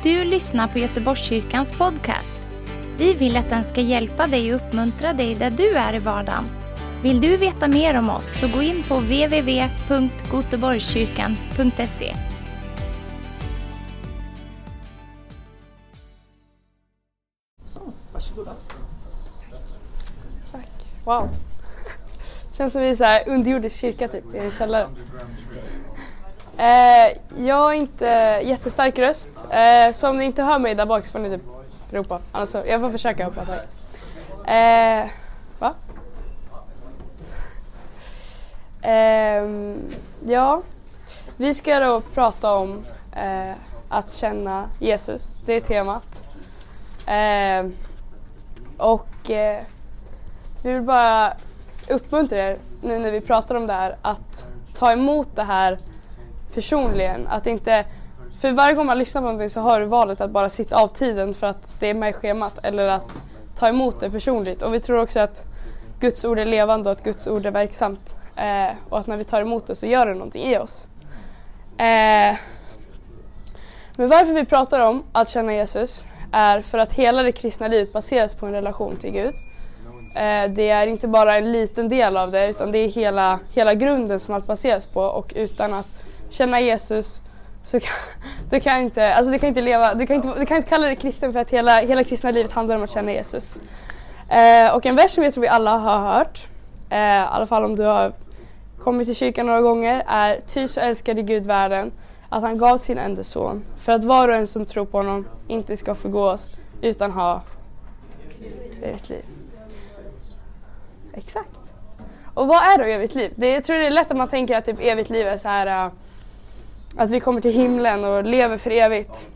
du lyssnar på Göteborgskyrkans podcast. Vi vill att den ska hjälpa dig och uppmuntra dig där du är i vardagen. Vill du veta mer om oss så gå in på www.goteborgskyrkan.se. Så, varsågoda. Tack. Wow. Känns som vi är så här underjordisk kyrka typ i en källare. Jag har inte jättestark röst. Så om ni inte hör mig där bak så får ni typ ropa. Alltså, jag får försöka hoppa tack. Va? Ja, vi ska då prata om att känna Jesus. Det är temat. Vi vill bara uppmuntra er nu när vi pratar om det här att ta emot det här personligen. Att inte, för varje gång man lyssnar på någonting så har du valet att bara sitta av tiden för att det är med i schemat eller att ta emot det personligt. Och vi tror också att Guds ord är levande och att Guds ord är verksamt. Och att när vi tar emot det så gör det någonting i oss. Men varför vi pratar om att känna Jesus är för att hela det kristna livet baseras på en relation till Gud. Det är inte bara en liten del av det utan det är hela grunden som allt baseras på. Och utan att känna Jesus så du kan inte kalla det kristen för att hela kristna livet handlar om att känna Jesus. Och en vers som jag tror vi alla har hört, i alla fall om du har kommit till kyrkan några gånger, är: ty så älskade Gud världen att han gav sin enda son för att var och en som tror på honom inte ska förgås utan ha evigt liv. Exakt. Och vad är då evigt liv? Jag tror det är lätt att man tänker att typ evigt liv är så här att vi kommer till himlen och lever för evigt.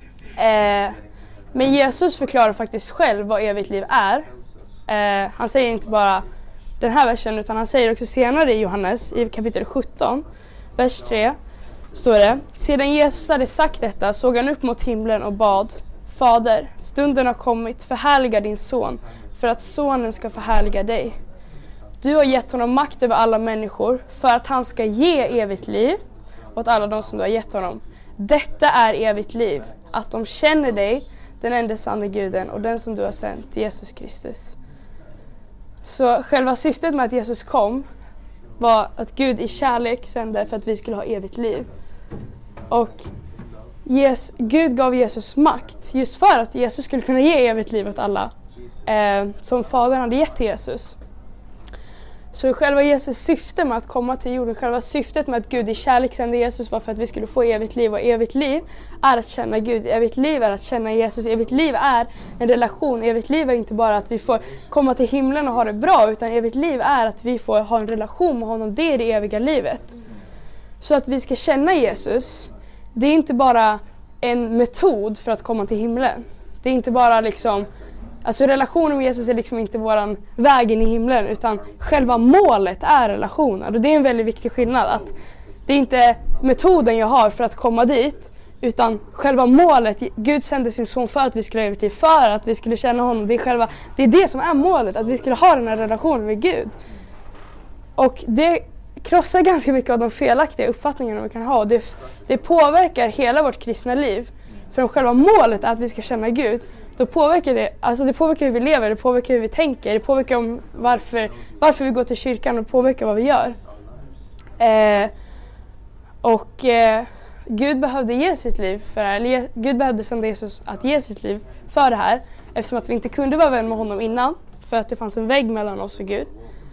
Men Jesus förklarar faktiskt själv vad evigt liv är. Han säger inte bara den här versen utan han säger också senare i Johannes i kapitel 17, vers 3 står det: sedan Jesus hade sagt detta såg han upp mot himlen och bad: Fader, stunden har kommit, förhärliga din son för att sonen ska förhärliga dig. Du har gett honom makt över alla människor för att han ska ge evigt liv åt alla de som du har gett honom. Detta är evigt liv, att de känner dig, den enda sanna guden och den som du har sänt, Jesus Kristus. Så själva syftet med att Jesus kom var att Gud i kärlek sände för att vi skulle ha evigt liv. Och Gud gav Jesus makt just för att Jesus skulle kunna ge evigt liv åt alla som Fadern hade gett till Jesus. Så själva Jesus syfte med att komma till jorden, själva syftet med att Gud i kärlek sände Jesus var för att vi skulle få evigt liv. Och evigt liv är att känna Gud, evigt liv är att känna Jesus, evigt liv är en relation. Evigt liv är inte bara att vi får komma till himlen och ha det bra, utan evigt liv är att vi får ha en relation med honom, det är det eviga livet. Så att vi ska känna Jesus, det är inte bara en metod för att komma till himlen. Det är inte bara liksom, alltså relationen med Jesus är liksom inte våran väg in i himlen, utan själva målet är relationen. Och det är en väldigt viktig skillnad, att det är inte metoden jag har för att komma dit, utan själva målet. Gud sände sin son för att vi skulle ha evigt liv, för att vi skulle känna honom. Det är det som är målet, att vi skulle ha den här relationen med Gud. Och det krossar ganska mycket av de felaktiga uppfattningarna vi kan ha. Det påverkar hela vårt kristna liv. För om själva målet är att vi ska känna Gud, då påverkar det påverkar hur vi lever, det påverkar hur vi tänker, det påverkar om varför vi går till kyrkan och påverkar vad vi gör. Gud behövde ge sitt liv för det här. Gud behövde sända Jesus att ge sitt liv för det här, eftersom att vi inte kunde vara vän med honom innan, för att det fanns en vägg mellan oss och Gud.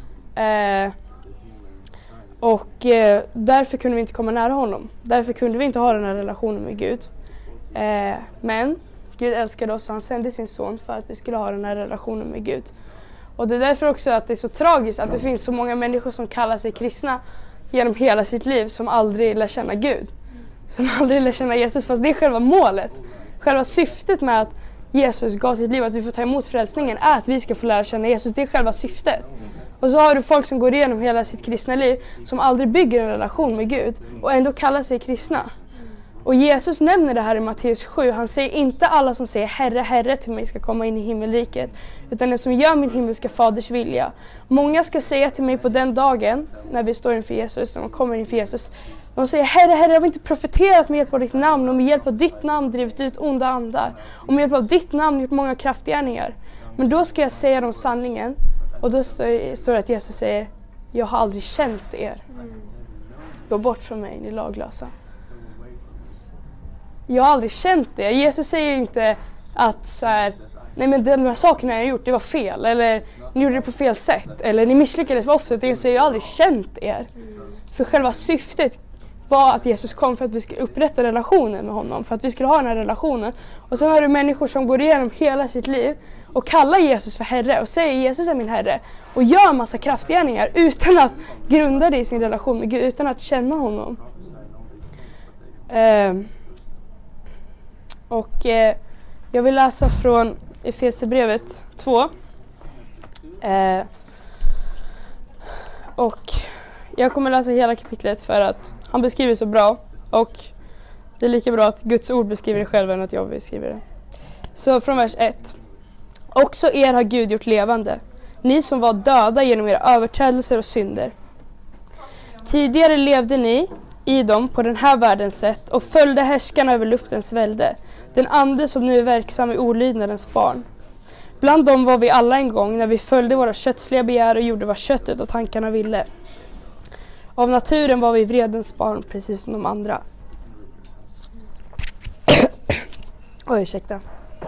Därför kunde vi inte komma nära honom. Därför kunde vi inte ha den här relationen med Gud. Men Gud älskade oss och han sände sin son för att vi skulle ha den här relationen med Gud. Och det är därför också att det är så tragiskt att det finns så många människor som kallar sig kristna genom hela sitt liv som aldrig lär känna Gud. Som aldrig lär känna Jesus, fast det är själva målet. Själva syftet med att Jesus gav sitt liv, att vi får ta emot frälsningen, är att vi ska få lära känna Jesus. Det är själva syftet. Och så har du folk som går igenom hela sitt kristna liv som aldrig bygger en relation med Gud och ändå kallar sig kristna. Och Jesus nämner det här i Matteus 7. Han säger inte alla som säger Herre, Herre till mig ska komma in i himmelriket, utan den som gör min himmelska faders vilja. Många ska säga till mig på den dagen, när vi står inför Jesus, när de kommer inför Jesus, de säger Herre, Herre, jag har inte profeterat med hjälp av ditt namn, och med hjälp av ditt namn drivit ut onda andar, och med hjälp av ditt namn gjort många kraftgärningar. Men då ska jag säga dem sanningen, och då står det att Jesus säger, jag har aldrig känt er. Gå bort från mig, ni laglösa. Jag har aldrig känt det. Jesus säger inte att så här, nej men de här sakerna jag har gjort, det var fel. Eller ni gjorde det på fel sätt. Eller ni misslyckades för ofta. Det säger jag har aldrig känt er. För själva syftet var att Jesus kom för att vi skulle upprätta relationen med honom. För att vi skulle ha den här relationen. Och sen har du människor som går igenom hela sitt liv och kallar Jesus för Herre. Och säger Jesus är min Herre. Och gör en massa kraftgärningar utan att grunda det i sin relation med Gud. Utan att känna honom. Jag vill läsa från Efesierbrevet 2. Och jag kommer läsa hela kapitlet för att han beskriver så bra. Och det är lika bra att Guds ord beskriver det själv än att jag beskriver det. Så från vers 1. Också er har Gud gjort levande. Ni som var döda genom era överträdelser och synder. Tidigare levde ni i dem på den här världens sätt och följde härskarna över luftens välde, den ande som nu är verksam i olydnadens barn. Bland dem var vi alla en gång när vi följde våra kötsliga begär och gjorde vad köttet och tankarna ville. Av naturen var vi vredens barn precis som de andra. Oj, ursäkta.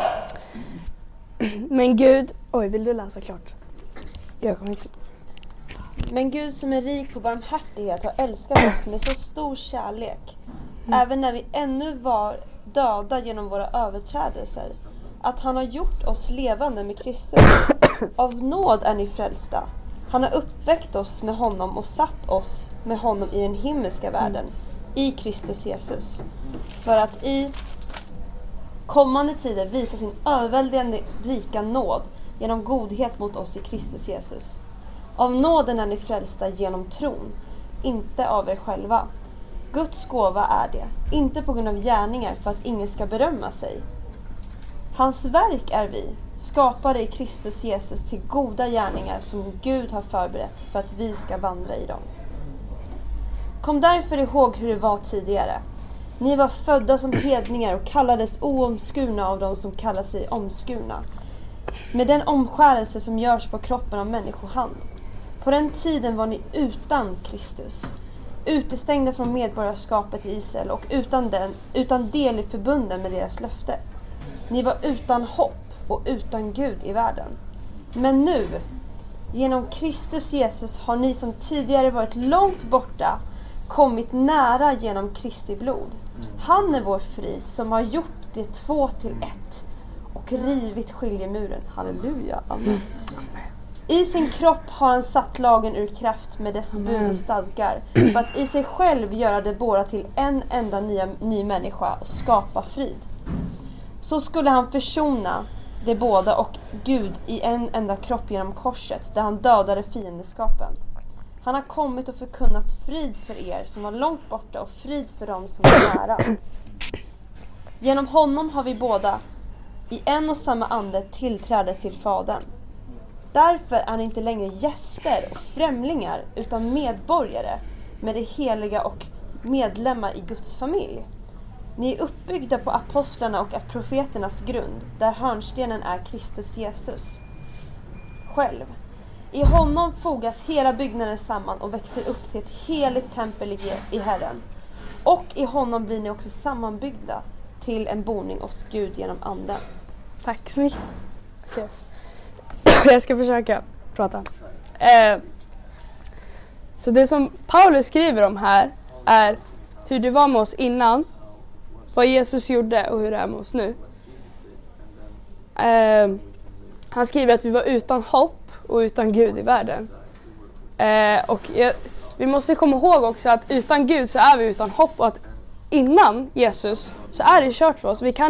Men Gud... Oj, vill du läsa klart? Jag kommer inte... Men Gud som är rik på barmhärtighet har älskat oss med så stor kärlek, även när vi ännu var döda genom våra överträdelser, att han har gjort oss levande med Kristus. Av nåd är ni frälsta. Han har uppväckt oss med honom och satt oss med honom i den himmelska världen, i Kristus Jesus, för att i kommande tider visa sin överväldigande rika nåd genom godhet mot oss i Kristus Jesus. Av nåden är ni frälsta genom tron, inte av er själva. Guds gåva är det, inte på grund av gärningar för att ingen ska berömma sig. Hans verk är vi, skapade i Kristus Jesus till goda gärningar som Gud har förberett för att vi ska vandra i dem. Kom därför ihåg hur det var tidigare. Ni var födda som hedningar och kallades oomskurna av de som kallar sig omskurna, med den omskärelse som görs på kroppen av människohand. På den tiden var ni utan Kristus, utestängda från medborgarskapet i Israel och utan del i förbunden med deras löfte. Ni var utan hopp och utan Gud i världen. Men nu, genom Kristus Jesus, har ni som tidigare varit långt borta kommit nära genom Kristi blod. Han är vår frid som har gjort det två till ett och rivit skiljemuren. Halleluja, amen. I sin kropp har han satt lagen ur kraft med dess bud och stadgar, för att i sig själv göra det båda till en enda ny människa och skapa frid. Så skulle han försona det båda och Gud i en enda kropp genom korset, där han dödade fiendeskapen. Han har kommit och förkunnat frid för er som var långt borta och frid för dem som var nära. Genom honom har vi båda i en och samma ande tillträde till Fadern. Därför är ni inte längre gäster och främlingar utan medborgare med det heliga och medlemmar i Guds familj. Ni är uppbyggda på apostlarna och profeternas grund, där hörnstenen är Kristus Jesus själv. I honom fogas hela byggnaden samman och växer upp till ett heligt tempel i Herren. Och i honom blir ni också sammanbyggda till en boning åt Gud genom anden. Tack så mycket. Okay. Jag ska försöka prata. Så det som Paulus skriver om här är hur det var med oss innan, vad Jesus gjorde och hur det är med oss nu. Han skriver att vi var utan hopp och utan Gud i världen. Vi måste komma ihåg också att utan Gud så är vi utan hopp, och att innan Jesus så är det kört för oss. Vi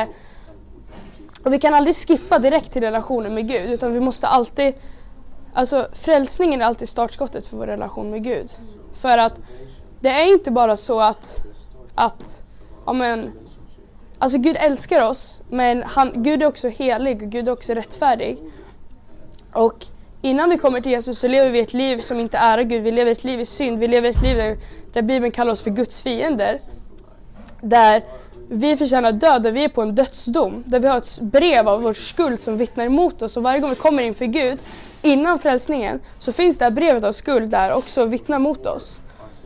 kan aldrig skippa direkt till relationen med Gud, utan vi måste alltid, alltså frälsningen är alltid startskottet för vår relation med Gud. För att det är inte bara så att alltså Gud älskar oss, men Gud är också helig och Gud är också rättfärdig. Och innan vi kommer till Jesus så lever vi ett liv som inte är Gud. Vi lever ett liv i synd. Vi lever ett liv där Bibeln kallar oss för Guds fiender. Där vi förtjänar död, där vi är på en dödsdom. Där vi har ett brev av vår skuld som vittnar emot oss. Och varje gång vi kommer inför Gud, innan frälsningen, så finns det här brevet av skuld där också vittnar mot oss.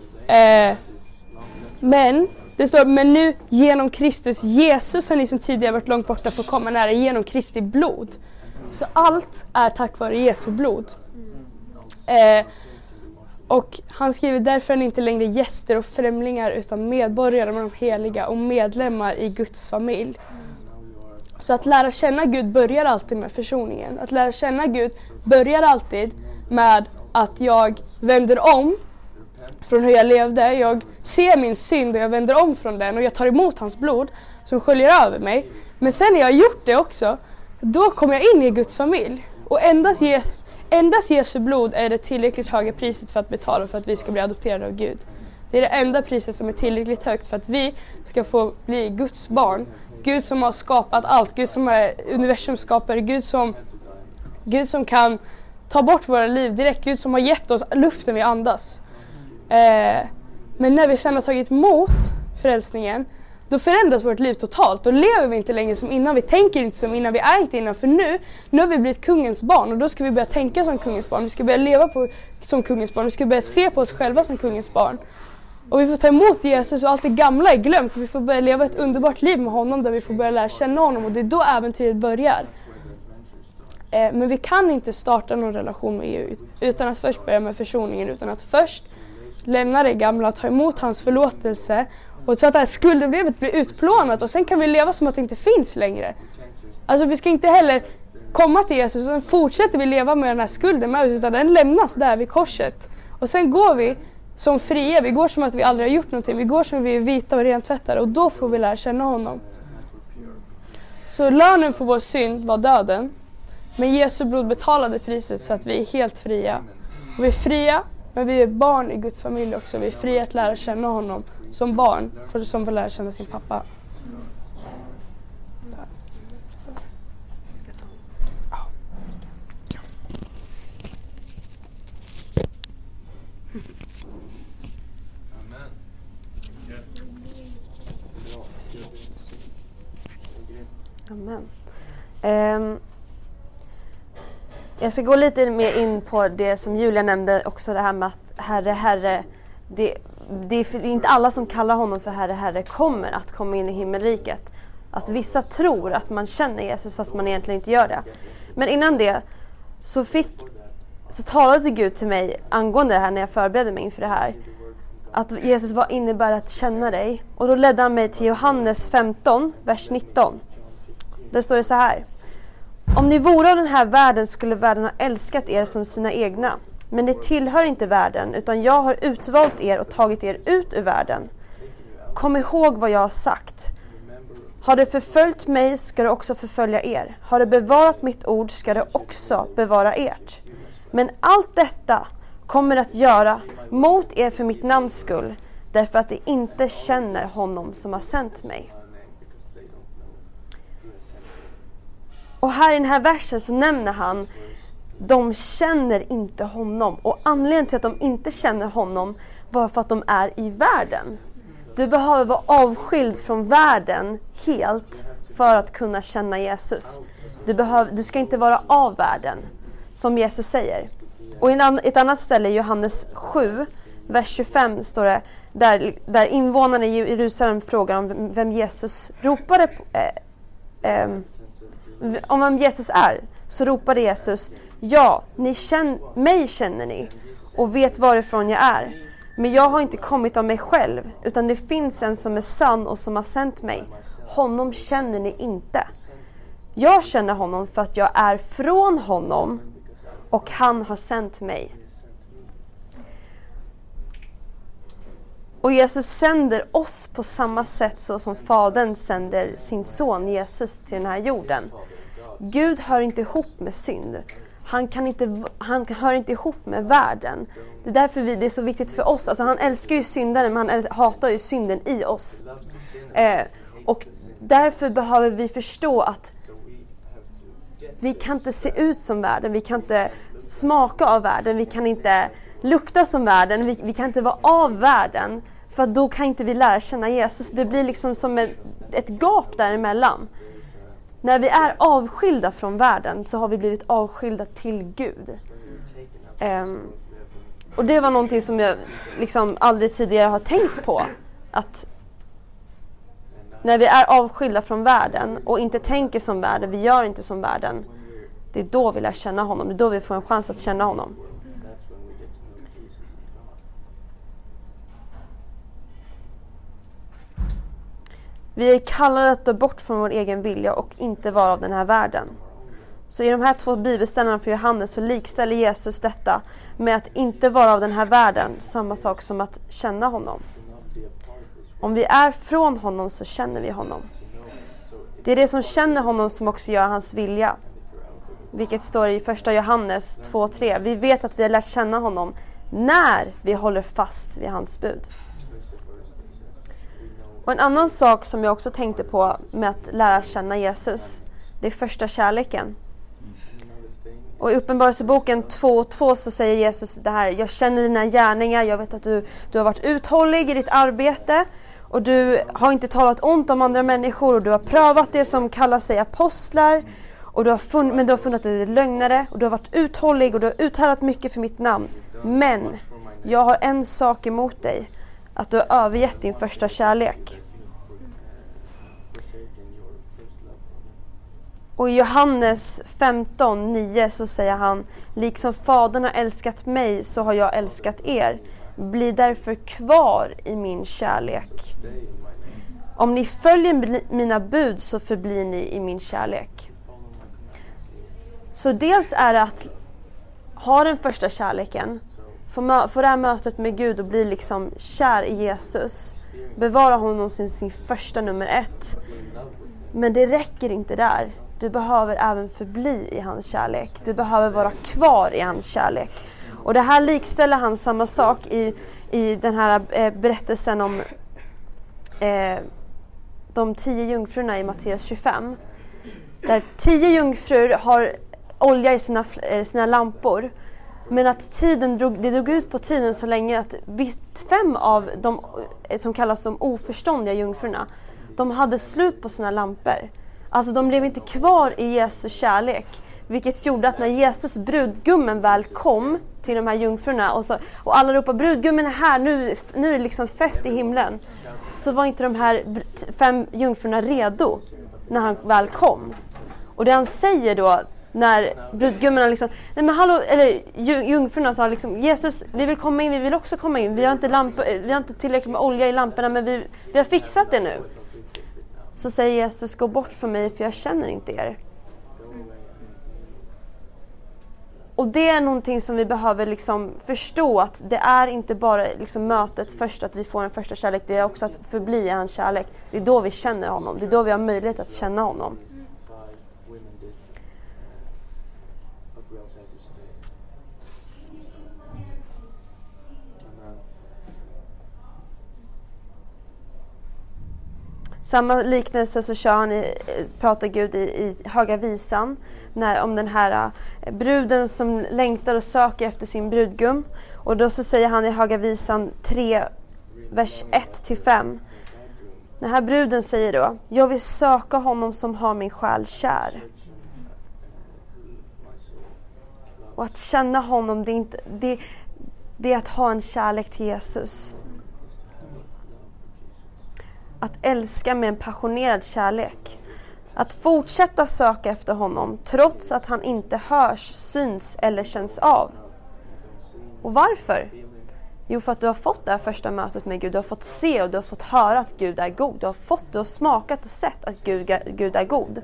Men det står, men nu genom Kristus Jesus har ni som tidigare varit långt borta får komma nära genom Kristi blod. Så allt är tack vare Jesu blod. Och han skriver, därför är ni inte längre gäster och främlingar utan medborgare med de heliga och medlemmar i Guds familj. Så att lära känna Gud börjar alltid med försoningen. Att lära känna Gud börjar alltid med att jag vänder om från hur jag levde. Jag ser min synd och jag vänder om från den och jag tar emot hans blod som sköljer över mig. Men sen när jag har gjort det också, då kommer jag in i Guds familj. Och endast Jesu blod är det tillräckligt höga priset för att betala för att vi ska bli adopterade av Gud. Det är det enda priset som är tillräckligt högt för att vi ska få bli Guds barn. Gud som har skapat allt. Gud som är universums skapare. Gud som kan ta bort våra liv direkt. Gud som har gett oss luften vi andas. Men när vi sedan har tagit emot frälsningen, då förändras vårt liv totalt. Då lever vi inte längre som innan, vi tänker inte som innan, vi är inte innan. För nu har vi blivit kungens barn och då ska vi börja tänka som kungens barn. Vi ska börja leva som kungens barn, vi ska börja se på oss själva som kungens barn. Och vi får ta emot Jesus och allt det gamla är glömt. Vi får börja leva ett underbart liv med honom där vi får börja lära känna honom och det är då äventyret börjar. Men vi kan inte starta någon relation med EU utan att först börja med försoningen, utan att först lämna det gamla, ta emot hans förlåtelse och så att det här skuldebrevet blir utplånat och sen kan vi leva som att det inte finns längre. Alltså vi ska inte heller komma till Jesus och sen fortsätter vi leva med den här skulden med, utan den lämnas där vid korset. Och sen går vi som fria, vi går som att vi aldrig har gjort någonting, vi går som vi är vita och rent tvättade och då får vi lära känna honom. Så lönen för vår synd var döden, men Jesu blod betalade priset så att vi är helt fria. Och vi är fria, men vi är barn i Guds familj också, vi är fria att lära känna honom som barn, som får lära känna sin pappa. Amen. Jag ska gå lite mer in på det som Julia nämnde också, det här med att Herre, det är inte alla som kallar honom för Herre kommer att komma in i himmelriket. Att vissa tror att man känner Jesus fast man egentligen inte gör det. Men innan det så talade Gud till mig angående det här när jag förberedde mig inför det här. Att Jesus, vad innebär att känna dig? Och då ledde han mig till Johannes 15, vers 19. Där står det så här: om ni vore av den här världen skulle världen ha älskat er som sina egna. Men ni tillhör inte världen, utan jag har utvalt er och tagit er ut ur världen. Kom ihåg vad jag har sagt. Har det förföljt mig ska det också förfölja er. Har det bevarat mitt ord ska det också bevara ert. Men allt detta kommer att göra mot er för mitt namns skull, därför att de inte känner honom som har sänt mig. Och här i den här versen så nämner han, de känner inte honom. Och anledningen till att de inte känner honom var för att de är i världen. Du behöver vara avskild från världen helt för att kunna känna Jesus. Du ska inte vara av världen, som Jesus säger. Och i ett annat ställe, Johannes 7, vers 25, står det, där invånarna i Jerusalem frågar om vem Jesus ropade på, om vem Jesus är, så ropade Jesus: ja, mig känner ni och vet varifrån jag är. Men jag har inte kommit av mig själv, utan det finns en som är sann och som har sänt mig. Honom känner ni inte. Jag känner honom för att jag är från honom och han har sänt mig. Och Jesus sänder oss på samma sätt så som Fadern sänder sin son Jesus till den här jorden. Gud hör inte ihop med synd. Han hör inte ihop med världen. Det är därför det är så viktigt för oss. Alltså han älskar ju syndaren, men han hatar ju synden i oss. Och därför behöver vi förstå att vi kan inte se ut som världen, vi kan inte smaka av världen, vi kan inte lukta som världen, vi kan inte vara av världen, för att då kan inte vi lära känna Jesus. Det blir liksom som ett gap däremellan. När vi är avskilda från världen så har vi blivit avskilda till Gud. Och det var någonting som jag liksom aldrig tidigare har tänkt på. Att när vi är avskilda från världen och inte tänker som världen, vi gör inte som världen, det är då vi lär känna honom. Det är då vi får en chans att känna honom. Vi är kallade att ta bort från vår egen vilja och inte vara av den här världen. Så i de här 2 bibelställena för Johannes så likställer Jesus detta med att inte vara av den här världen, samma sak som att känna honom. Om vi är från honom så känner vi honom. Det är det som känner honom som också gör hans vilja. Vilket står i 1 Johannes 2:3. Vi vet att vi har lärt känna honom när vi håller fast vid hans bud. Och en annan sak som jag också tänkte på med att lära känna Jesus, det är första kärleken. Och i Uppenbarelseboken 2:2 så säger Jesus det här: jag känner dina gärningar, jag vet att du har varit uthållig i ditt arbete och du har inte talat ont om andra människor och du har prövat det som kallar sig apostlar och men du har funnit att det är lögnare och du har varit uthållig och du har uthärdat mycket för mitt namn. Men jag har en sak emot dig, att du har övergett din första kärlek. Och i Johannes 15:9 så säger han: liksom Fadern har älskat mig så har jag älskat er. Bli därför kvar i min kärlek. Om ni följer mina bud så förblir ni i min kärlek. Så dels är det att ha den första kärleken, få det här mötet med Gud och bli liksom kär i Jesus. Bevara honom sin första nummer 1. Men det räcker inte där. Du behöver även förbli i hans kärlek. Du behöver vara kvar i hans kärlek. Och det här likställer han samma sak i den här berättelsen om de 10 jungfrurna i Matteus 25. Där 10 jungfrur har olja i sina lampor. Men att det drog ut på tiden så länge att 5 av de som kallas de oförståndiga jungfrurna, de hade slut på sina lampor. Alltså de blev inte kvar i Jesu kärlek. Vilket gjorde att när Jesus brudgummen väl kom till de här jungfrurna och alla ropade: brudgummen är här, nu är det liksom fest i himlen. Så var inte de här 5 jungfrurna redo när han väl kom. Och det han säger då, när brudgummarna liksom, nej men hallå, eller jungfrurna sa liksom: Jesus, vi vill komma in, vi vill också komma in. Vi har inte tillräckligt med olja i lamporna, men vi har fixat det nu. Så säger Jesus: gå bort från mig, för jag känner inte er. Och det är någonting som vi behöver liksom förstå, att det är inte bara liksom mötet först, att vi får en första kärlek. Det är också att förbli i hans kärlek. Det är då vi känner honom. Det är då vi har möjlighet att känna honom. Samma liknelse så pratar Gud i Höga visan om den här bruden som längtar och söker efter sin brudgum. Och då så säger han i Höga visan 3, vers 1-5. Den här bruden säger då: jag vill söka honom som har min själ kär. Och att känna honom, det är att ha en kärlek till Jesus. Att älska med en passionerad kärlek. Att fortsätta söka efter honom trots att han inte hörs, syns eller känns av. Och varför? Jo, för att du har fått det här första mötet med Gud. Du har fått se och du har fått höra att Gud är god. Du har smakat och sett att Gud är god.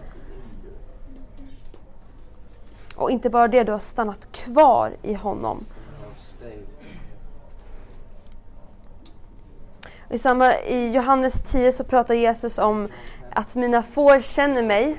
Och inte bara det, du har stannat kvar i honom. I Johannes 10 så pratar Jesus om att mina får känner mig.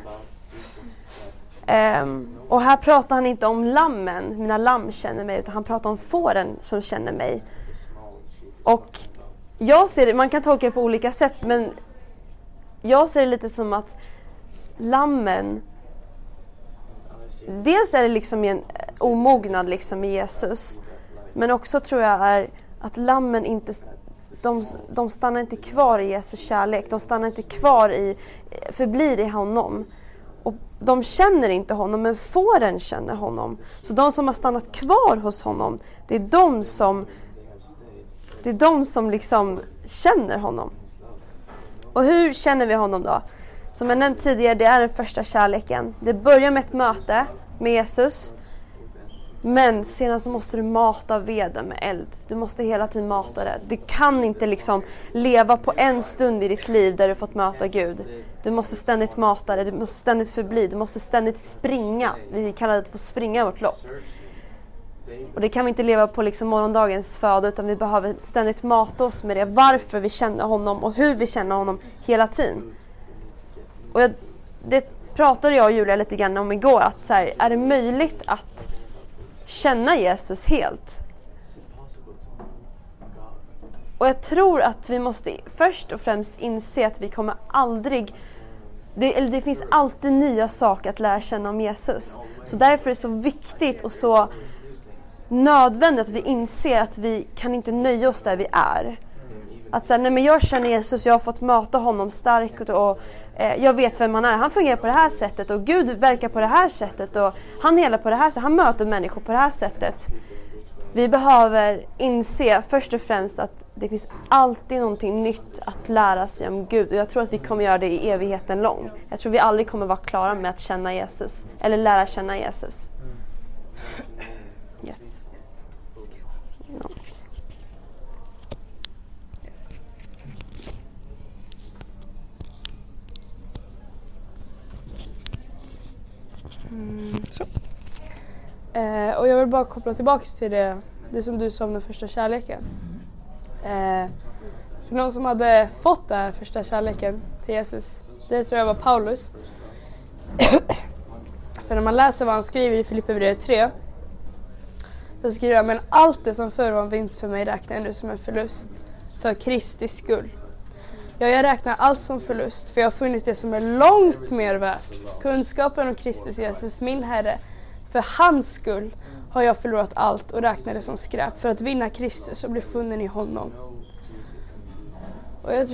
Och här pratar han inte om lammen, mina lamm känner mig, utan han pratar om fåren som känner mig. Och jag ser det, man kan tolka det på olika sätt, men jag ser det lite som att lammen, dels är det liksom en omognad liksom i Jesus, men också tror jag är att lammen inte, de stannar inte kvar i Jesus kärlek, de stannar inte kvar förblir i honom. Och de känner inte honom, men fåren känner honom. Så de som har stannat kvar hos honom, det är de som liksom känner honom. Och hur känner vi honom då? Som jag nämnt tidigare, det är den första kärleken. Det börjar med ett möte med Jesus. Men sedan så måste du mata veden med eld. Du måste hela tiden mata det. Du kan inte liksom leva på en stund i ditt liv där du fått möta Gud. Du måste ständigt mata det. Du måste ständigt förbli. Du måste ständigt springa. Vi kallar det att få springa vårt lopp. Och det kan vi inte leva på liksom morgondagens föda, utan vi behöver ständigt mata oss med det. Varför vi känner honom och hur vi känner honom hela tiden. Och det pratade jag och Julia lite grann om igår. Att så här, är det möjligt att känna Jesus helt? Och jag tror att vi måste först och främst inse att vi kommer aldrig... Det finns alltid nya saker att lära känna om Jesus. Så därför är det så viktigt och så nödvändigt att vi inser att vi kan inte nöja oss där vi är. Att säga, nej men jag känner Jesus, jag har fått möta honom starkt och jag vet vem han är. Han fungerar på det här sättet och Gud verkar på det här sättet och han helar på det här sättet. Han möter människor på det här sättet. Vi behöver inse först och främst att det finns alltid någonting nytt att lära sig om Gud. Och jag tror att vi kommer göra det i evigheten lång. Jag tror vi aldrig kommer vara klara med att känna Jesus eller lära känna Jesus. Yes. No. Så. Och jag vill bara koppla tillbaka till det som du sa om den första kärleken. För någon som hade fått den första kärleken till Jesus, det tror jag var Paulus. För när man läser vad han skriver i Filipperbrevet 3, så skriver han: men allt det som förr var en vinst för mig räknar jag nu som en förlust för Kristi skull. Ja, jag räknar allt som förlust, för jag har funnit det som är långt mer värt. Kunskapen om Kristus Jesus, min Herre. För hans skull har jag förlorat allt och räknar det som skräp för att vinna Kristus och bli funnen i honom. Och jag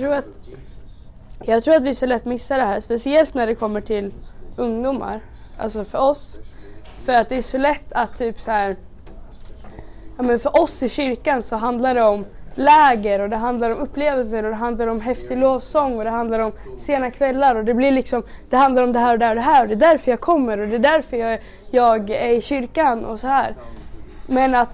tror att vi så lätt missar det här, speciellt när det kommer till ungdomar, alltså för oss. För att det är så lätt att typ så här, ja men för oss i kyrkan så handlar det om läger och det handlar om upplevelser och det handlar om häftig lovsång och det handlar om sena kvällar och det blir liksom, det handlar om det här och det här och det här och det är därför jag kommer och det är därför jag är i kyrkan och så här. Men att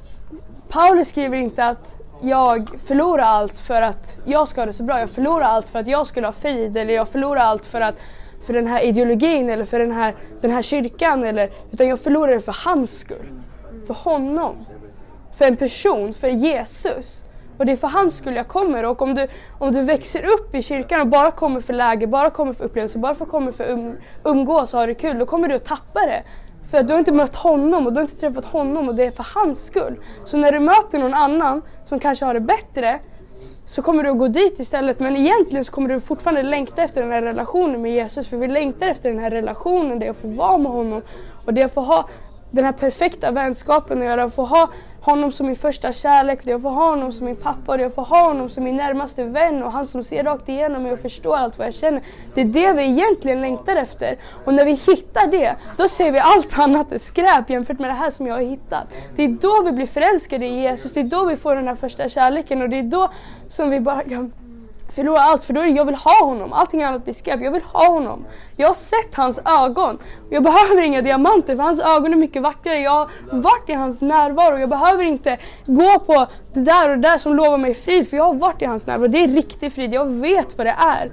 Paulus skriver inte att jag förlorar allt för att jag ska ha det så bra, jag förlorar allt för att jag skulle ha frid, eller jag förlorar allt för den här ideologin eller för den här kyrkan, utan jag förlorar det för hans skull, för honom, för en person, för Jesus. Och det är för hans skull jag kommer. Och om du växer upp i kyrkan och bara kommer för läger, bara kommer för upplevelser, bara kommer för umgås och ha det kul, då kommer du att tappa det. För att du har inte mött honom och du har inte träffat honom, och det är för hans skull. Så när du möter någon annan som kanske har det bättre, så kommer du att gå dit istället. Men egentligen så kommer du fortfarande längta efter den här relationen med Jesus. För vi längtar efter den här relationen, det är att få vara med honom. Och det är att få ha den här perfekta vänskapen och jag får ha honom som min första kärlek, det är att få ha honom som min pappa, och det är att få ha honom som min närmaste vän och han som ser rakt igenom mig och förstår allt vad jag känner. Det är det vi egentligen längtar efter. Och när vi hittar det, då ser vi allt annat är skräp jämfört med det här som jag har hittat. Det är då vi blir förälskade i Jesus, det är då vi får den här första kärleken, och det är då som vi bara kan förlora allt, för då är det jag vill ha honom. Allting annat blir skräp. Jag vill ha honom. Jag har sett hans ögon. Jag behöver inga diamanter, för hans ögon är mycket vackrare. Jag har varit i hans närvaro. Jag behöver inte gå på det där och det där som lovar mig frid, för jag har varit i hans närvaro. Det är riktig frid. Jag vet vad det är.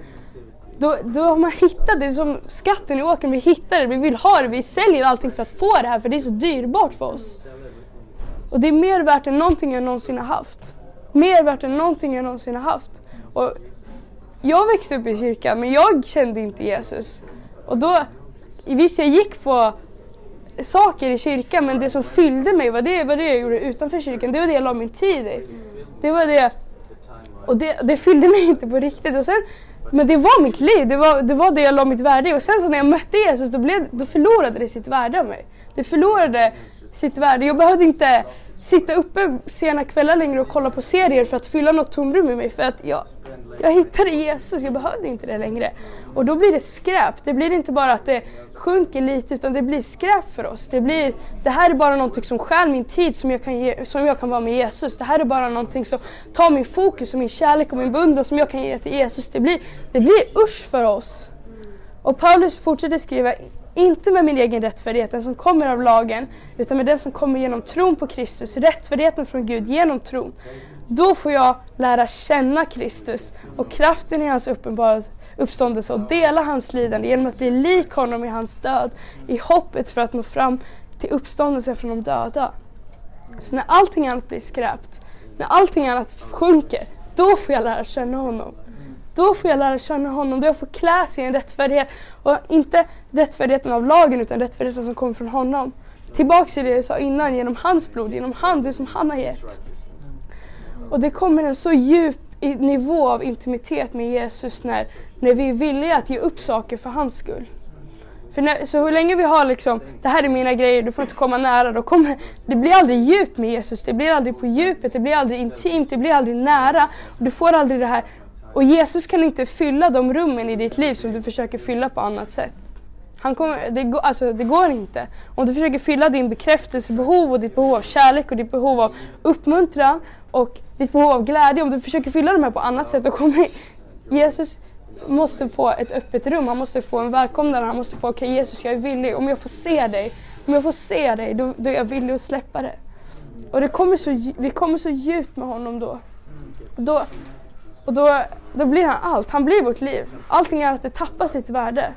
Då har man hittat det, som skatten i åkern. Vi hittar det, vi vill ha det. Vi säljer allting för att få det här, för det är så dyrbart för oss. Och det är mer värt än någonting jag någonsin har haft. Mer värt än någonting jag någonsin har haft. Och jag växte upp i kyrkan, men jag kände inte Jesus. Och då, visst jag gick på saker i kyrkan, men det som fyllde mig var det jag gjorde utanför kyrkan. Det var det jag la min tid i. Det var det. Och det fyllde mig inte på riktigt. Och sen Men det var mitt liv, det var det jag la mitt värde i. Och sen så när jag mötte Jesus då förlorade det sitt värde av mig. Det förlorade sitt värde. Jag behövde inte sitta uppe sena kvällar längre och kolla på serier för att fylla något tomrum i mig. För att jag hittade Jesus, jag behövde inte det längre. Och då blir det skräp. Det blir inte bara att det sjunker lite, utan det blir skräp för oss. Det här är bara någonting som stjäl min tid som jag kan vara med Jesus. Det här är bara någonting som tar min fokus och min kärlek och min beundran som jag kan ge till Jesus. Det blir usch för oss. Och Paulus fortsätter skriva, inte med min egen rättfärdighet, den som kommer av lagen, utan med den som kommer genom tron på Kristus, rättfärdigheten från Gud genom tron. Då får jag lära känna Kristus och kraften i hans uppståndelse och dela hans lidande genom att bli lik honom i hans död, i hoppet för att nå fram till uppståndelse från de döda. Så när allting annat blir skräpt, när allting annat sjunker, då får jag lära känna honom. Då får jag lära känna honom, då jag får klä sig i en rättfärdighet. Och inte rättfärdigheten av lagen, utan rättfärdigheten som kommer från honom. Tillbaka till det jag sa innan, genom hans blod, genom det som han har gett. Och det kommer en så djup nivå av intimitet med Jesus när vi är villiga att ge upp saker för hans skull. Så hur länge vi har liksom, det här är mina grejer, du får inte komma nära, det blir aldrig djup med Jesus. Det blir aldrig på djupet, det blir aldrig intimt, det blir aldrig nära. Och du får aldrig det här. Och Jesus kan inte fylla de rummen i ditt liv som du försöker fylla på annat sätt. Det går inte. Om du försöker fylla din bekräftelsebehov och ditt behov av kärlek och ditt behov av uppmuntran och ditt behov av glädje, om du försöker fylla de här på annat sätt, då kommer Jesus måste få ett öppet rum. Han måste få en välkomnare. Han måste få, okej, Jesus, jag är villig. Om jag får se dig, då är jag villig att släppa det. Och vi kommer så djupt med honom då. Och då blir han allt. Han blir vårt liv. Allting är att det tappar sitt värde.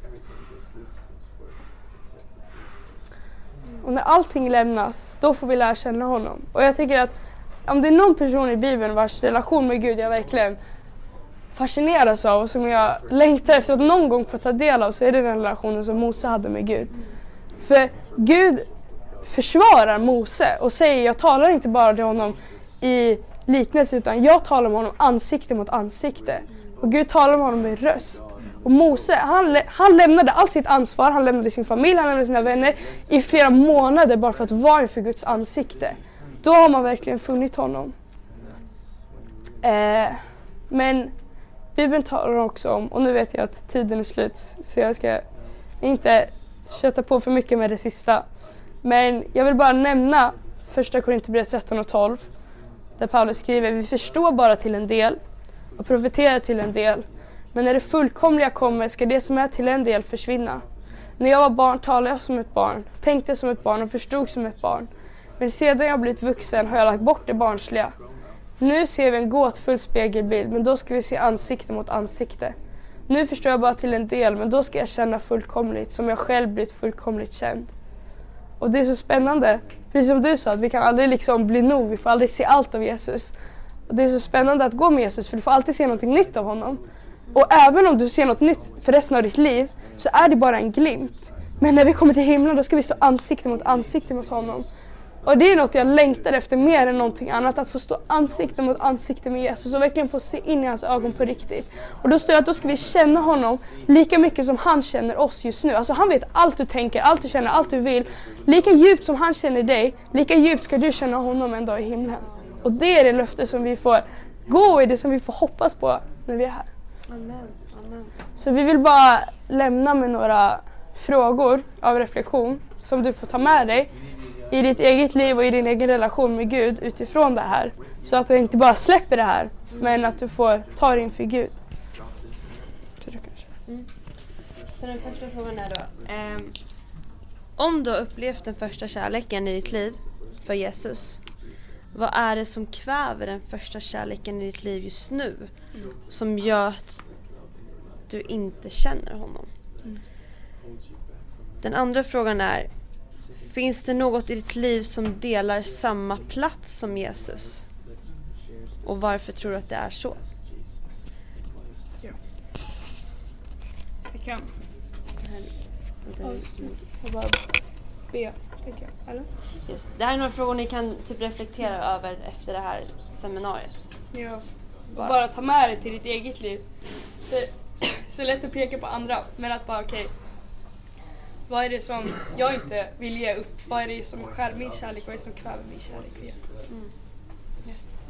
Och när allting lämnas, då får vi lära känna honom. Och jag tycker att om det är någon person i Bibeln vars relation med Gud jag verkligen fascineras av och som jag längtar efter att någon gång få ta del av, så är det den relationen som Mose hade med Gud. För Gud försvarar Mose och säger, jag talar inte bara till honom i liknelse, utan jag talar med honom ansikte mot ansikte. Och Gud talar med honom med röst. Och Mose, han lämnade allt sitt ansvar, han lämnade sin familj, han lämnade sina vänner i flera månader bara för att vara inför Guds ansikte. Då har man verkligen funnit honom. Men Bibeln talar också om, och nu vet jag att tiden är slut, så jag ska inte köta på för mycket med det sista. Men jag vill bara nämna 1 Korinthierbrevet 13 och 12. Där Paulus skriver, vi förstår bara till en del och profeterar till en del. Men när det fullkomliga kommer ska det som är till en del försvinna. När jag var barn talade jag som ett barn, tänkte som ett barn och förstod som ett barn. Men sedan jag blivit vuxen har jag lagt bort det barnsliga. Nu ser vi en gåtfull spegelbild, men då ska vi se ansikte mot ansikte. Nu förstår jag bara till en del, men då ska jag känna fullkomligt som jag själv blivit fullkomligt känd. Och det är så spännande, precis som du sa, att vi kan aldrig liksom bli nog, vi får aldrig se allt av Jesus. Och det är så spännande att gå med Jesus, för du får alltid se något nytt av honom. Och även om du ser något nytt för resten av ditt liv, så är det bara en glimt. Men när vi kommer till himlen, då ska vi stå ansikte mot honom. Och det är något jag längtar efter mer än någonting annat, att få stå ansikte mot ansikte med Jesus och verkligen få se in i hans ögon på riktigt. Och då står det att då ska vi känna honom lika mycket som han känner oss just nu. Alltså han vet allt du tänker, allt du känner, allt du vill. Lika djupt som han känner dig, lika djupt ska du känna honom en dag i himlen. Och det är det löfte som vi får gå i, det som vi får hoppas på när vi är här. Amen. Amen. Så vi vill bara lämna med några frågor av reflektion som du får ta med dig i ditt eget liv och i din egen relation med Gud utifrån det här. Så att du inte bara släpper det här, men att du får ta dig inför Gud. Så den första frågan är då, om du har upplevt den första kärleken i ditt liv för Jesus, vad är det som kväver den första kärleken i ditt liv just nu som gör att du inte känner honom? Den andra frågan är, finns det något i ditt liv som delar samma plats som Jesus? Och varför tror du att det är så? Ja. Jag kan. Jag bara be, tänker jag. Eller? Yes. Det här är några frågor ni kan typ reflektera över efter det här seminariet. Ja. Bara ta med det till ditt eget liv. Det är så lätt att peka på andra, men att bara okej. Vad är det som jag inte vill ge upp? Vad är det som skär min kärlek? Vad är det som kväver min kärlek? Yes.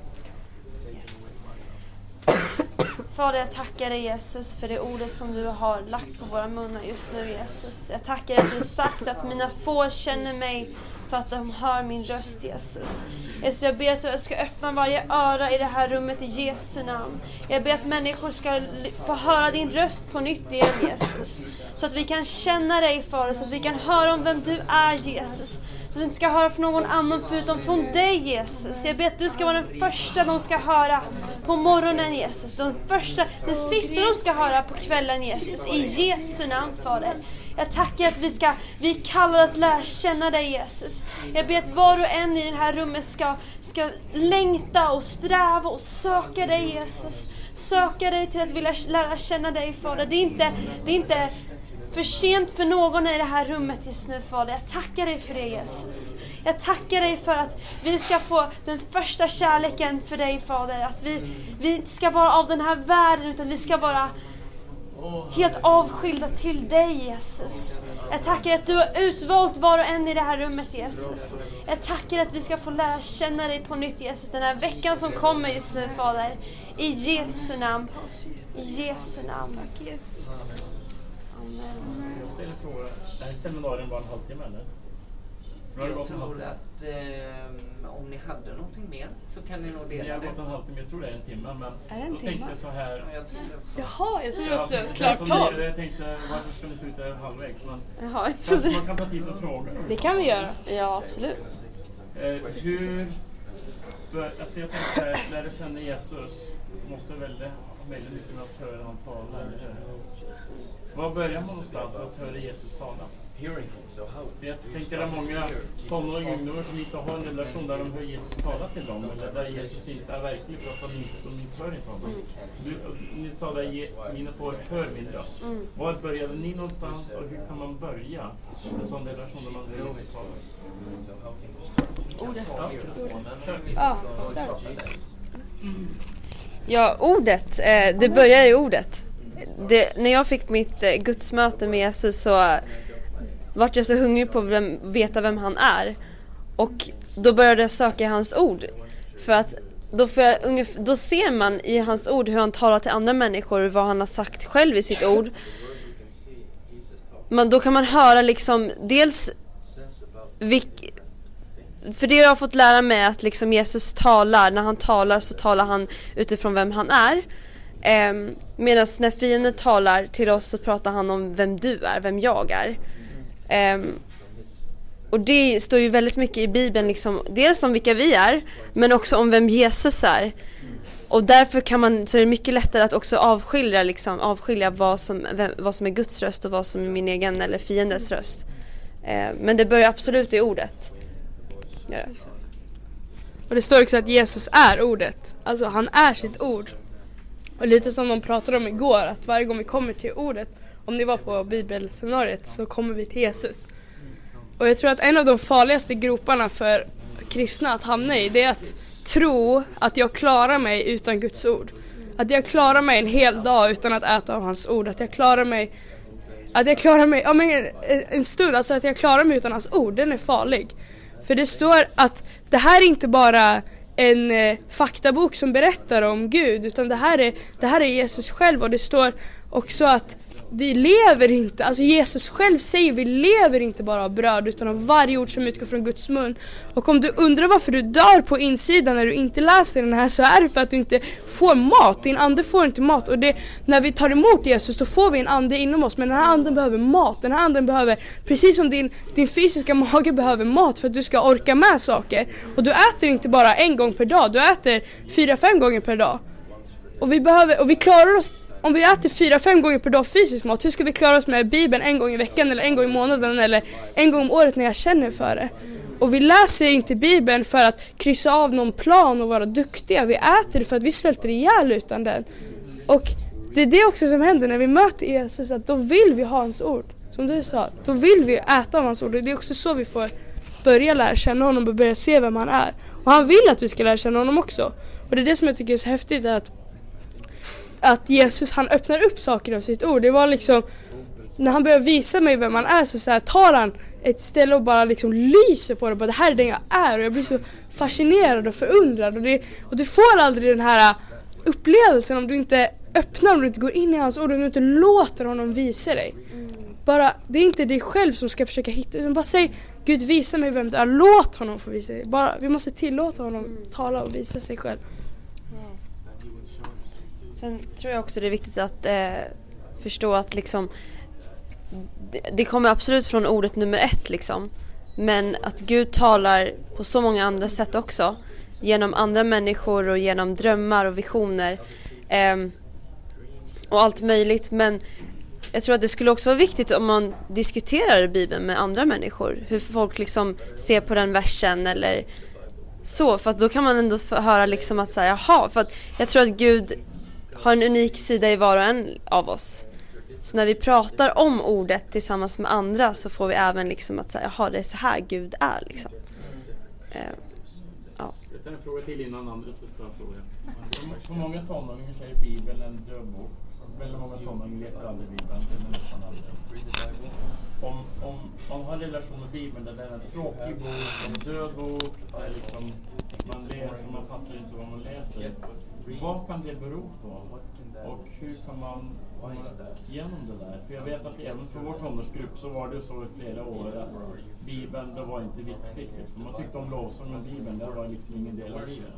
Fader, jag tackar dig Jesus för det ordet som du har lagt på våra munnar just nu, Jesus. Jag tackar att du har sagt att mina får känner mig för att de hör min röst, Jesus. Jesus, jag ber att du ska öppna varje öra i det här rummet i Jesu namn. Jag ber att människor ska få höra din röst på nytt igen, Jesus. Så att vi kan känna dig för oss, så att vi kan höra om vem du är, Jesus. Så att vi inte ska höra från någon annan förutom från dig, Jesus. Jag ber att du ska vara den första de ska höra på morgonen, Jesus. Den sista de ska höra på kvällen, Jesus. I Jesu namn, Fader. Jag tackar att vi kallar att lära känna dig, Jesus. Jag ber att var och en i det här rummet ska längta och sträva och söka dig, Jesus. Söka dig till att vilja lära känna dig, Fader. Det är inte för sent för någon i det här rummet just nu, Fader. Jag tackar dig för det, Jesus. Jag tackar dig för att vi ska få den första kärleken för dig, Fader. Att vi inte ska vara av den här världen, utan vi ska vara helt avskilda till dig, Jesus. Jag tackar att du har utvalt var och en i det här rummet, Jesus. Jag tackar att vi ska få lära känna dig på nytt, Jesus, den här veckan som kommer just nu, Fader. I Jesu namn. I Jesu namn. Tack, Jesus. Amen. Jag ställer en fråga. Det här seminarium var en halvtimme, eller? Jag tror att om ni hade någonting mer så kan ni nog dela det. Jag har gått en halvtimme, jag tror det är en timme. Men är det en då timme? tänkte jag så här. Ja, jag tror det också. Jaha, jag trodde det var klart 12. Jag tänkte, varför ska ni sluta halvvägs? Men Jaha, jag trodde... man kan ta tid och fråga. Det kan vi göra. Ja, absolut. Alltså jag tänkte här, när du känner Jesus måste väl ha väldigt mycket med att höra han tala, eller hur? Var börjar man någonstans att höra Jesus tala? Jag tänkte att det är många tonåringar och ungdomar som inte har en relation där de hör Jesus tala till dem, eller där Jesus inte är verklig för att de inte hör inte honom. Ni sa att mina får hör min röst. Var började ni någonstans och hur kan man börja en sån relation där man hör Jesus tala? Ja, ordet. Det börjar i ordet. När jag fick mitt gudsmöte med Jesus så vart jag så hungrig på att veta vem han är. Och då började jag söka i hans ord. För att då ser man i hans ord hur han talar till andra människor, vad han har sagt själv i sitt ord. Men då kan man höra liksom dels för det jag har fått lära mig att liksom Jesus talar, när han talar så talar han utifrån vem han är. Medan när fienden talar till oss så pratar han om vem du är, vem jag är. Och det står ju väldigt mycket i Bibeln liksom, dels om vilka vi är, men också om vem Jesus är. Och därför så är det mycket lättare att också avskilja vad som är Guds röst och vad som är min egen eller fiendens röst. Men det börjar absolut i ordet. Ja. Och det står också att Jesus är ordet. Alltså han är sitt ord. Och lite som de pratade om igår, att varje gång vi kommer till ordet, om ni var på bibelseminariet, så kommer vi till Jesus. Och jag tror att en av de farligaste groparna för kristna att hamna i, det är att tro att jag klarar mig utan Guds ord. Att jag klarar mig en hel dag utan att äta av hans ord. Att jag klarar mig en stund, alltså att jag klarar mig utan hans ord, den är farlig. För det står att det här är inte bara en faktabok som berättar om Gud, utan det här är Jesus själv. Och det står också att vi lever inte, alltså Jesus själv säger vi lever inte bara av bröd utan av varje ord som utgår från Guds mun. Och om du undrar varför du dör på insidan när du inte läser den här, så är det för att du inte får mat. Din ande får inte mat, och när vi tar emot Jesus då får vi en ande inom oss, men den här anden behöver mat. Den här anden behöver, precis som din fysiska mage behöver mat för att du ska orka med saker. Och du äter inte bara en gång per dag, du äter 4-5 gånger per dag. Och vi klarar oss. Om vi äter 4-5 gånger per dag fysisk mat, hur ska vi klara oss med Bibeln en gång i veckan eller en gång i månaden eller en gång om året när jag känner för det? Och vi läser inte Bibeln för att kryssa av någon plan och vara duktiga. Vi äter det för att vi svälter ihjäl utan den. Och det är det också som händer när vi möter Jesus, att då vill vi ha hans ord. Som du sa, då vill vi äta av hans ord. Och det är också så vi får börja lära känna honom och börja se vem han är. Och han vill att vi ska lära känna honom också. Och det är det som jag tycker är så häftigt, att att Jesus, han öppnar upp saker av sitt ord. Det var liksom, när han börjar visa mig vem man är, så här, tar han ett ställe och bara liksom lyser på det. Bara, det här är den jag är. Och jag blir så fascinerad och förundrad. Och du får aldrig den här upplevelsen om du inte öppnar, om du inte går in i hans ord, om du inte låter honom visa dig. Bara, det är inte dig själv som ska försöka hitta, utan bara säg, Gud, visa mig vem du är. Låt honom få visa dig. Bara, vi måste tillåta honom tala och visa sig själv. Sen tror jag också det är viktigt att förstå att liksom, det kommer absolut från ordet nummer 1 liksom. Men att Gud talar på så många andra sätt också. Genom andra människor och genom drömmar och visioner. Och allt möjligt. Men jag tror att det skulle också vara viktigt om man diskuterar Bibeln med andra människor. Hur folk liksom ser på den versen eller så. För att då kan man ändå höra liksom att säga, jaha. För att jag tror att Gud har en unik sida i var och en av oss. Så när vi pratar om ordet tillsammans med andra så får vi även liksom att säga, jaha, det är så här Gud är liksom. Ja. Jag tar en fråga till innan andra ställer frågan. För många tonåringar så är Bibeln en död bok. Väldigt många tonåringar läser aldrig Bibeln, eller nästan aldrig. Om man har en relation med Bibeln där det är en tråkig bok, en död bok, där liksom man läser, man fattar inte vad man läser. Vad kan det bero på? Och hur kan man komma igenom det där? För jag vet att även för vår tonårsgrupp så var det så i flera år att Bibeln, det var inte viktigt. Liksom. Man tyckte om lovsång med Bibeln, det var liksom ingen del av livet.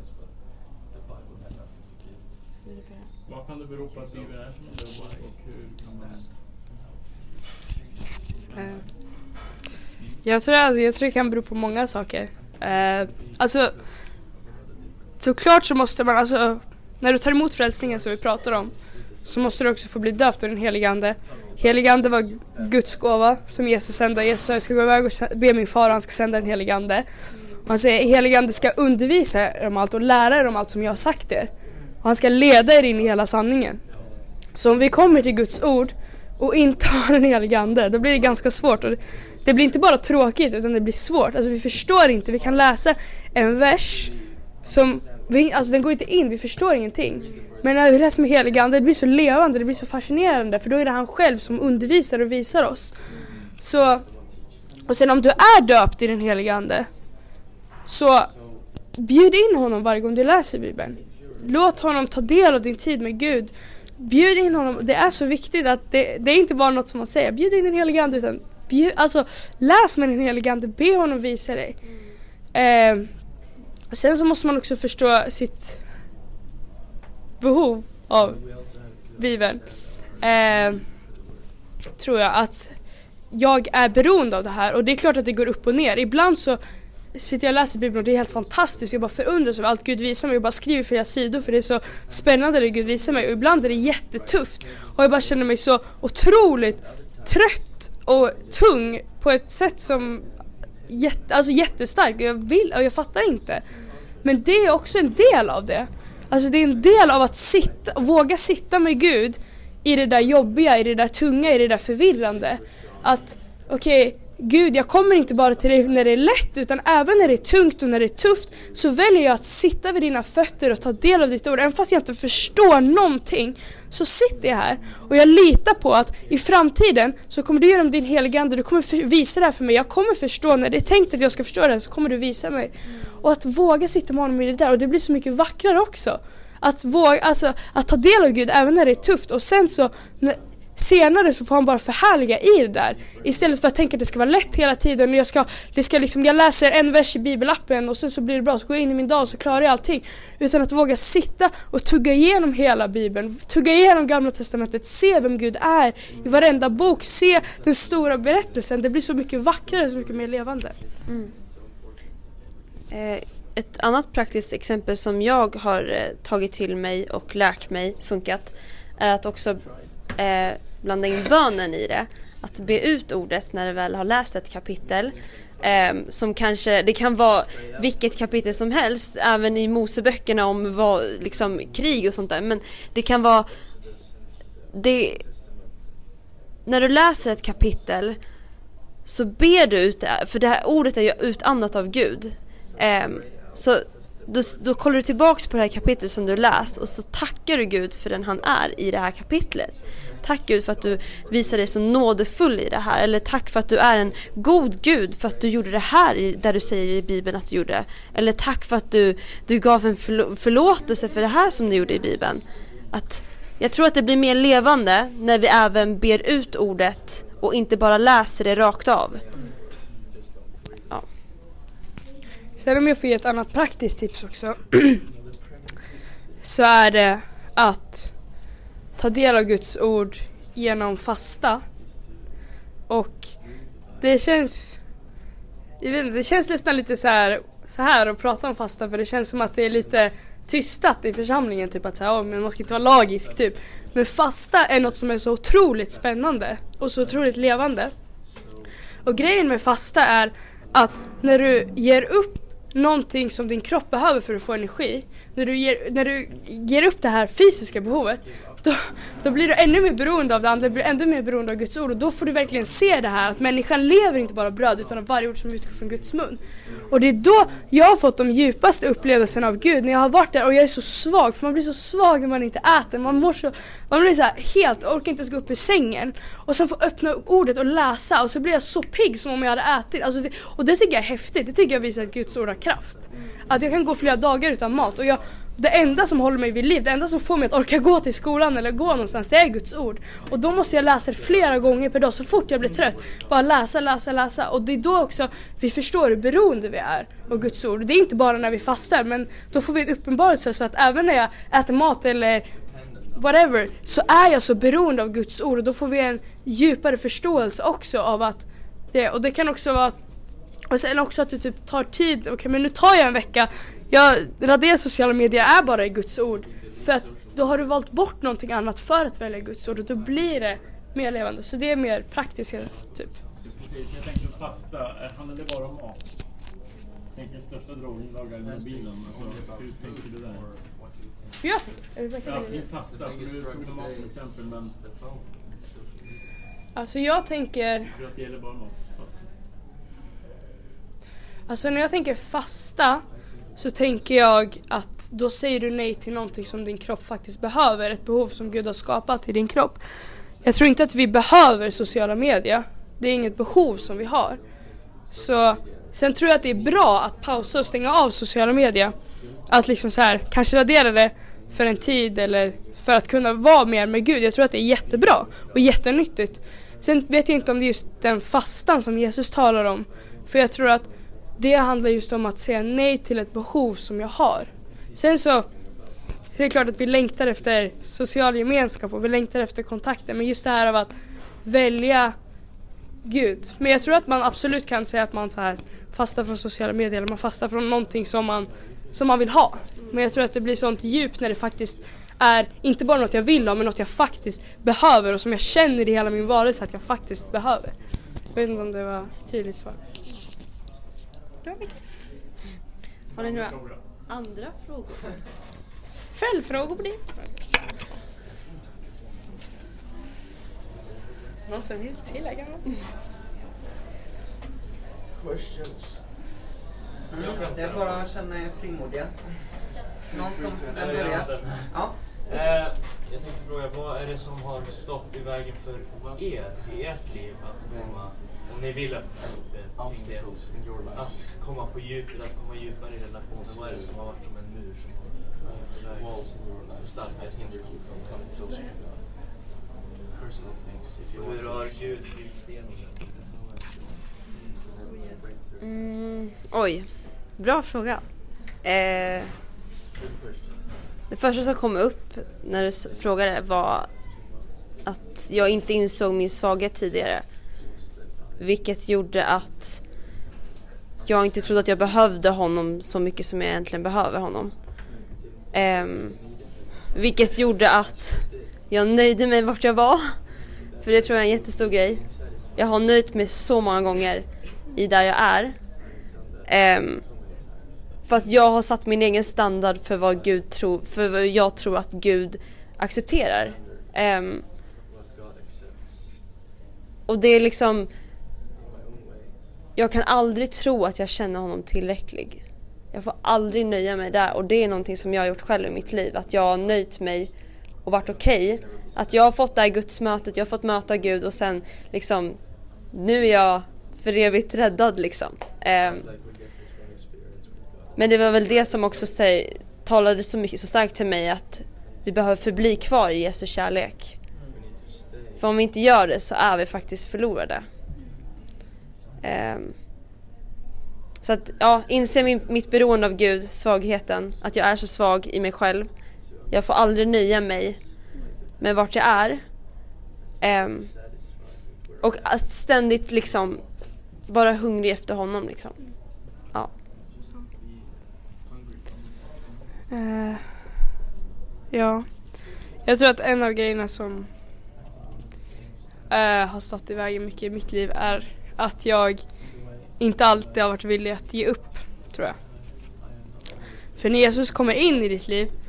Vad kan det bero på att Bibeln är som en död bok och hur kan man... Jag tror det kan bero på många saker. Alltså, såklart så måste man, alltså, när du tar emot frälsningen som vi pratar om, så måste du också få bli döpt av den helige ande. Helige ande var Guds gåva som Jesus sände. Jesus sa, jag ska gå iväg och be min far, han ska sända den helige ande. Och han säger, helige ande ska undervisa er om allt och lära er om allt som jag har sagt er. Och han ska leda er in i hela sanningen. Så om vi kommer till Guds ord och inte har den helige ande, då blir det ganska svårt. Och det blir inte bara tråkigt, utan det blir svårt. Alltså vi förstår inte, vi kan läsa en vers som alltså den går inte in, vi förstår ingenting. Men när vi läser med helige ande, det blir så levande, det blir så fascinerande. För då är det han själv som undervisar och visar oss. Så, och sen om du är döpt i den helige ande, så bjud in honom varje gång du läser Bibeln. Låt honom ta del av din tid med Gud. Bjud in honom, det är så viktigt att det är inte bara något som man säger. Bjud in den helige ande, utan alltså läs med den helige ande, be honom visa dig. Sen så måste man också förstå sitt behov av Bibeln. Tror jag att jag är beroende av det här. Och det är klart att det går upp och ner. Ibland så sitter jag och läser Bibeln och det är helt fantastiskt. Jag bara förundras över allt Gud visar mig. Jag bara skriver flera sidor för det är så spännande det Gud visar mig. Och ibland är det jättetufft. Och jag bara känner mig så otroligt trött och tung på ett sätt som jättestarkt. Jag fattar inte. Men det är också en del av det. Alltså det är en del av att våga sitta med Gud i det där jobbiga, i det där tunga, i det där förvirrande. Att okej, Gud, jag kommer inte bara till dig när det är lätt, utan även när det är tungt och när det är tufft, så väljer jag att sitta vid dina fötter och ta del av ditt ord. Även fast jag inte förstår någonting, så sitter jag här och jag litar på att i framtiden så kommer du genom din heliga ande, du kommer visa det här för mig. Jag kommer förstå, när det är tänkt att jag ska förstå det här, så kommer du visa mig. Och att våga sitta med honom i det där, och det blir så mycket vackrare också. Att våga, alltså att ta del av Gud även när det är tufft, och sen så senare så får han bara förhärliga i det där. Istället för att tänka att det ska vara lätt hela tiden. Och jag läser en vers i bibelappen och sen så blir det bra. Så går jag in i min dag och så klarar jag allting. Utan att våga sitta och tugga igenom hela Bibeln. Tugga igenom Gamla testamentet. Se vem Gud är i varenda bok. Se den stora berättelsen. Det blir så mycket vackrare, så mycket mer levande. Ett annat praktiskt exempel som jag har tagit till mig och lärt mig funkat är att också blanda in bönen i det. Att be ut ordet när du väl har läst ett kapitel. Som kanske, det kan vara vilket kapitel som helst, även i Moseböckerna om liksom krig och sånt där. Men det kan vara när du läser ett kapitel, så ber du ut det, för det här ordet är ju utandats av Gud. Så då kollar du tillbaks på det här kapitlet som du läst och så tackar du Gud för den han är i det här kapitlet. Tack Gud för att du visar dig så nådefull i det här. Eller tack för att du är en god Gud för att du gjorde det här där du säger i Bibeln att du gjorde. Eller tack för att du gav en förlåtelse för det här som du gjorde i Bibeln. Jag tror att det blir mer levande när vi även ber ut ordet och inte bara läser det rakt av. Ja. Sen om jag får ge ett annat praktiskt tips också så är det att ta del av Guds ord genom fasta. Och det känns nästan lite så här att prata om fasta, för det känns som att det är lite tystat i församlingen, typ att säga, men man ska inte vara lagisk typ. Men fasta är något som är så otroligt spännande och så otroligt levande. Och grejen med fasta är att när du ger upp någonting som din kropp behöver för att få energi, när du ger upp det här fysiska behovet, då blir du ännu mer beroende av det andra, blir ännu mer beroende av Guds ord, och då får du verkligen se det här att människan lever inte bara av bröd utan av varje ord som utgår från Guds mun. Och det är då jag har fått de djupaste upplevelserna av Gud, när jag har varit där och jag är så svag, för man blir så svag när man inte äter, man blir så här helt, orkar inte ens gå upp ur sängen, och sen får öppna ordet och läsa, och så blir jag så pigg som om jag hade ätit. Alltså och det tycker jag är häftigt, det tycker jag visar att Guds ord har kraft, att jag kan gå flera dagar utan mat, och det enda som håller mig vid liv, det enda som får mig att orka gå till skolan eller gå någonstans, det är Guds ord. Och då måste jag läsa det flera gånger per dag, så fort jag blir trött. Bara läsa. Och det är då också vi förstår hur beroende vi är av Guds ord. Det är inte bara när vi fastar, men då får vi en uppenbarelse, så att även när jag äter mat eller whatever, så är jag så beroende av Guds ord. Och då får vi en djupare förståelse också av att det, och det kan också vara, och sen också att det typ tar tid. Okej, men nu tar jag en vecka. Jag raderar sociala medier är bara i Guds ord. För att då har du valt bort någonting annat för att välja Guds ord. Och då blir det mer levande. Så det är mer praktiskt typ. Precis, jag tänkte fasta. Handlar det bara om mat? Jag tänker största droginlagar i mobilen. Alltså, hur tänker du där? Hur jag tänker? Ja, din fasta. För du tog mat som exempel, men... Alltså jag tänker... För att det gäller bara mat. Alltså när jag tänker fasta, så tänker jag att då säger du nej till någonting som din kropp faktiskt behöver. Ett behov som Gud har skapat i din kropp. Jag tror inte att vi behöver sociala medier. Det är inget behov som vi har. Så sen tror jag att det är bra att pausa och stänga av sociala medier. Att liksom så här, kanske radera det för en tid eller för att kunna vara mer med Gud. Jag tror att det är jättebra och jättenyttigt. Sen vet jag inte om det är just den fastan som Jesus talar om. För jag tror att det handlar just om att säga nej till ett behov som jag har. Sen så det är klart att vi längtar efter social gemenskap och vi längtar efter kontakter. Men just det här av att välja Gud. Men jag tror att man absolut kan säga att man så här fastar från sociala medier. Eller man fastar från någonting som man vill ha. Men jag tror att det blir sånt djup när det faktiskt är inte bara något jag vill ha, men något jag faktiskt behöver. Och som jag känner i hela min varelse att jag faktiskt behöver. Jag vet inte om det var tydligt svar. Har ni några andra frågor? Fällfrågor på det. Någon som vill tillägga något? Questions? Det är bara att känna er frimodiga. Någon som börjar? Ja. Jag tänkte fråga, vad är det som har stått i vägen för er i ert liv att komma, om ni vill att komma på djupet, att komma djupare i relationen? Vad är det som har varit som en mur som har starkast hinder hur har Gud lyft igenom det? Oj, bra fråga. Det första som kom upp när du frågade var att jag inte insåg min svaghet tidigare. Vilket gjorde att jag inte trodde att jag behövde honom så mycket som jag egentligen behöver honom. Vilket gjorde att jag nöjde mig vart jag var. För det tror jag är en jättestor grej. Jag har nöjt mig så många gånger i där jag är. För att jag har satt min egen standard för vad Gud tror, för vad jag tror att Gud accepterar. Och det är liksom, jag kan aldrig tro att jag känner honom tillräcklig. Jag får aldrig nöja mig där, och det är någonting som jag har gjort själv i mitt liv. Att jag har nöjt mig och varit okej. Att jag har fått det här gudsmötet, jag har fått möta Gud och sen liksom, nu är jag för evigt räddad liksom. Men det var väl det som också talade så starkt till mig, att vi behöver förbli kvar i Jesu kärlek. För om vi inte gör det så är vi faktiskt förlorade. Så att, ja, inse mitt beroende av Gud, svagheten, att jag är så svag i mig själv. Jag får aldrig nöja mig med vart jag är. Och ständigt liksom vara hungrig efter honom liksom. Ja. Ja. Jag tror att en av grejerna som har stått i vägen mycket i mitt liv är att jag inte alltid har varit villig att ge upp, tror jag. För när Jesus kommer in i ditt liv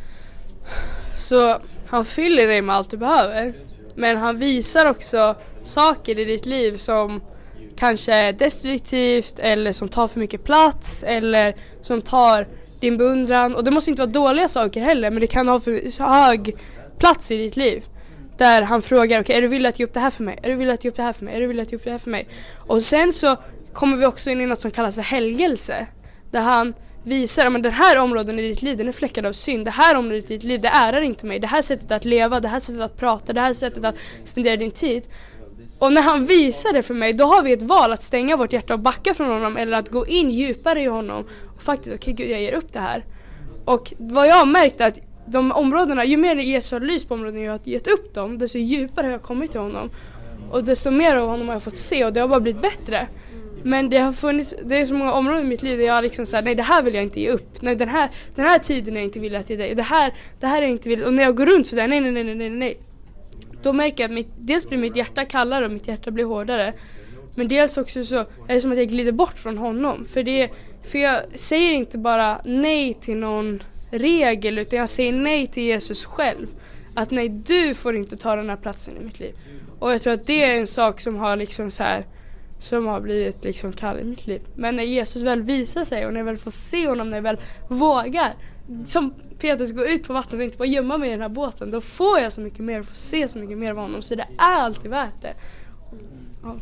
så han fyller dig med allt du behöver. Men han visar också saker i ditt liv som kanske är destruktivt eller som tar för mycket plats eller som tar din beundran. Och det måste inte vara dåliga saker heller, men det kan ha för hög plats i ditt liv. Där han frågar, okej, är du villig att ge upp det här för mig? Är du villig att ge upp det här för mig? Är du villig att ge upp det här för mig? Och sen så kommer vi också in i något som kallas för helgelse. Där han visar, men den här områden i ditt liv, den är fläckad av synd. Det här området i ditt liv, det ärar inte mig. Det här sättet att leva, det här sättet att prata, det här sättet att spendera din tid. Och när han visar det för mig, då har vi ett val att stänga vårt hjärta och backa från honom. Eller att gå in djupare i honom. Och faktiskt, okej Gud, jag ger upp det här. Och vad jag har märkt är att de områdena, ju mer Jesus har lyst på områdena jag har gett upp dem, desto djupare har jag kommit till honom. Och desto mer av honom har jag fått se, och det har bara blivit bättre. Men det är så många områden i mitt liv där jag liksom säger, nej, det här vill jag inte ge upp. Nej, den här tiden är jag inte villig att ge dig. Det här är jag inte villig. Och när jag går runt så där, nej. Då märker jag att dels blir mitt hjärta kallare och mitt hjärta blir hårdare. Men dels också så är det som att jag glider bort från honom. För jag säger inte bara nej till någon regel, utan jag säger nej till Jesus själv. Att nej, du får inte ta den här platsen i mitt liv. Och jag tror att det är en sak som har liksom så här, som har blivit liksom kall i mitt liv. Men när Jesus väl visar sig och när jag väl får se honom, när jag väl vågar, som Petrus, gå ut på vattnet och inte bara gömma mig i den här båten, då får jag så mycket mer och får se så mycket mer av honom. Så det är alltid värt det. Ja.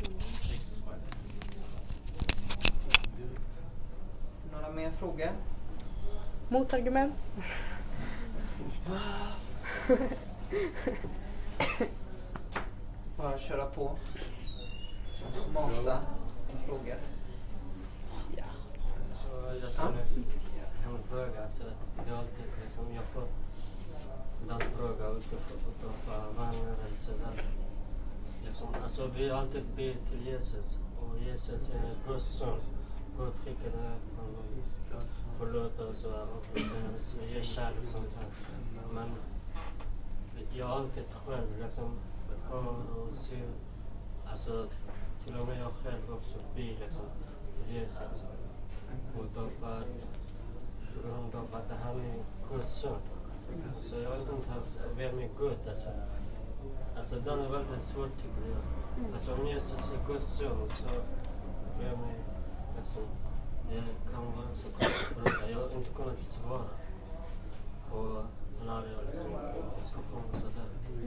Några mer frågor? Motargument? Bara köra på. Smarta frågor. Så jag skulle en fråga. Alltså, det är alltid liksom, jag får den fråga utifrån vänner eller sådär. Liksom, alltså, vi alltid ber till Jesus. Och Jesus är Guds son. Gud skickade honom. Förlåta oss och ge kärlek som sagt. Men jag har alltid själv liksom hör och ser. Alltså, till och med jag själv också blir liksom Jesus. Och då för att det här är Guds son. Så jag vet inte vem är Gud alltså. Alltså den är väldigt svårt tycker jag. Alltså om Jesus är Guds son så vem är liksom, det kan vara så konstigt. Jag har inte kunnat svara på när jag liksom får diskussion och sådär.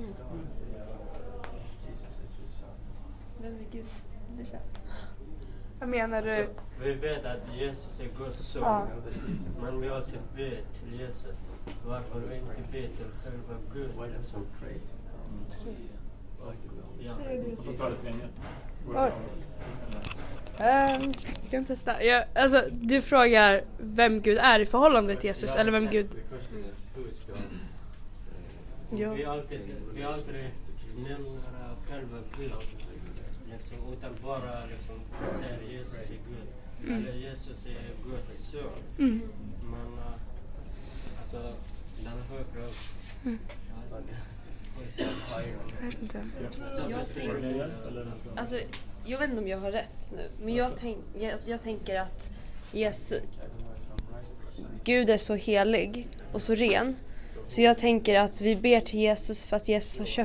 Vem är Gud? Vad menar du? Alltså, vi vet att Jesus är Guds son. Ja. Men vi alltid ber till Jesus. Varför vi inte ber till själva Gud? Liksom. Jag kan testa. Alltså, du frågar vem Gud är i förhållande till Jesus, eller vem Gud... Ja. Vi alltid nämner själva Gud. Liksom, utan bara liksom, säger Jesus är Gud. Eller Jesus är Guds son. Men alltså, den högre Alltså, jag vet inte om jag har rätt nu, men jag tänker att Gud är så helig och så ren. Så jag tänker att vi ber till Jesus för att Jesus har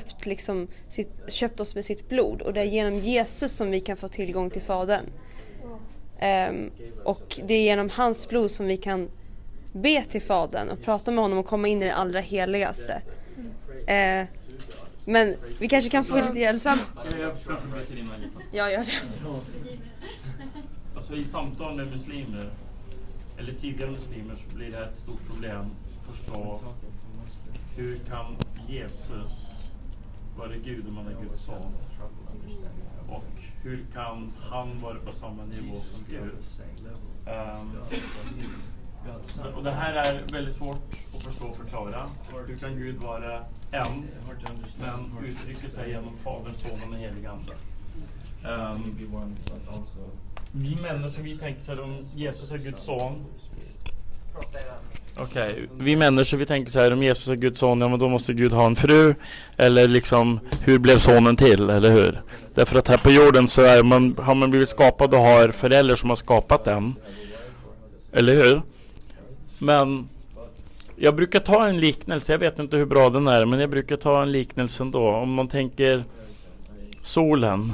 köpt oss med sitt blod. Och det är genom Jesus som vi kan få tillgång till Fadern. Och det är genom hans blod som vi kan be till Fadern och prata med honom och komma in i det allra heligaste. Men vi kanske kan få lite hjälp. Jag gör det. Alltså i samtal med muslimer eller tidigare muslimer så blir det ett stort problem att förstå hur kan Jesus vara Gud om han är Guds son, och hur kan han vara på samma nivå som Gud. Och det här är väldigt svårt att förstå och förklara. Hur kan Gud vara en men uttrycka sig genom Fadern, Sonen och Helig Ande? Vi människor, vi tänker så här, om Jesus är Guds son. Vi människor, vi tänker så här, om Jesus är Guds son, ja men då måste Gud ha en fru. Eller liksom, hur blev sonen till, eller hur? Därför att här på jorden så har man blivit skapad och har föräldrar som har skapat den. Eller hur? Men jag brukar ta en liknelse, jag vet inte hur bra den är, men jag brukar ta en liknelse ändå. Om man tänker solen.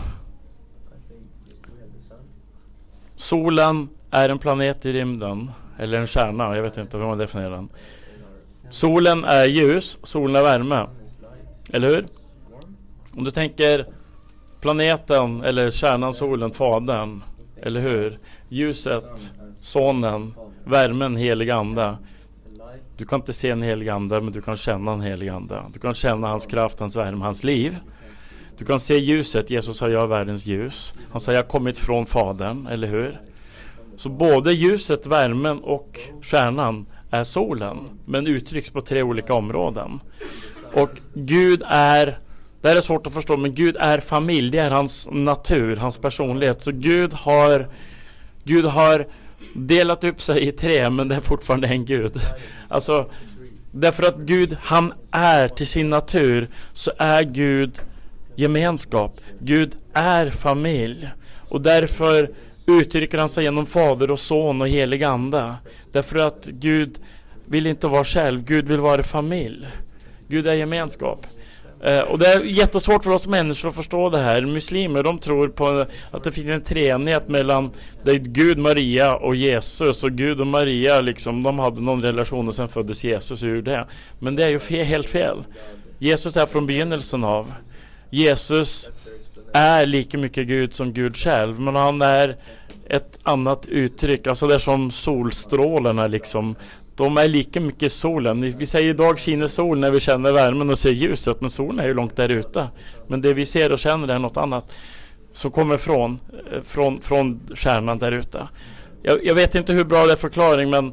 Solen är en planet i rymden, eller en stjärna, jag vet inte hur man definierar den. Solen är ljus, solen är värme. Eller hur? Om du tänker planeten, eller stjärnan, solen, Fadern, eller hur? Ljuset, sonen, värmen, helig ande. Du kan inte se en helig ande, men du kan känna en helig ande. Du kan känna hans kraft, hans värme, hans liv. Du kan se ljuset. Jesus sa, jag är världens ljus. Han sa, jag har kommit från Fadern, eller hur? Så både ljuset, värmen och stjärnan är solen, men uttrycks på 3 olika områden. Och Gud är, det är svårt att förstå, men Gud är familj. Det är hans natur, hans personlighet. Så Gud har delat upp sig i 3, men det är fortfarande en Gud. Alltså, därför att Gud, han är till sin natur, så är Gud gemenskap. Gud är familj. Och därför uttrycker han sig genom Fader och Son och helig ande. Därför att Gud vill inte vara själv. Gud vill vara familj. Gud är gemenskap. Och det är jättesvårt för oss människor att förstå det här. Muslimer, de tror på att det finns en treenighet mellan Gud, Maria och Jesus. Och Gud och Maria, liksom, de hade någon relation och sen föddes Jesus ur det. Men det är ju helt fel. Jesus är från begynnelsen av. Jesus är lika mycket Gud som Gud själv, men han är ett annat uttryck. Alltså det är som solstrålarna liksom. De är lika mycket solen. Vi säger idag skiner sol när vi känner värmen och ser ljuset, men solen är ju långt där ute. Men det vi ser och känner är något annat som kommer från stjärnan där ute. Jag vet inte hur bra det är förklaring, men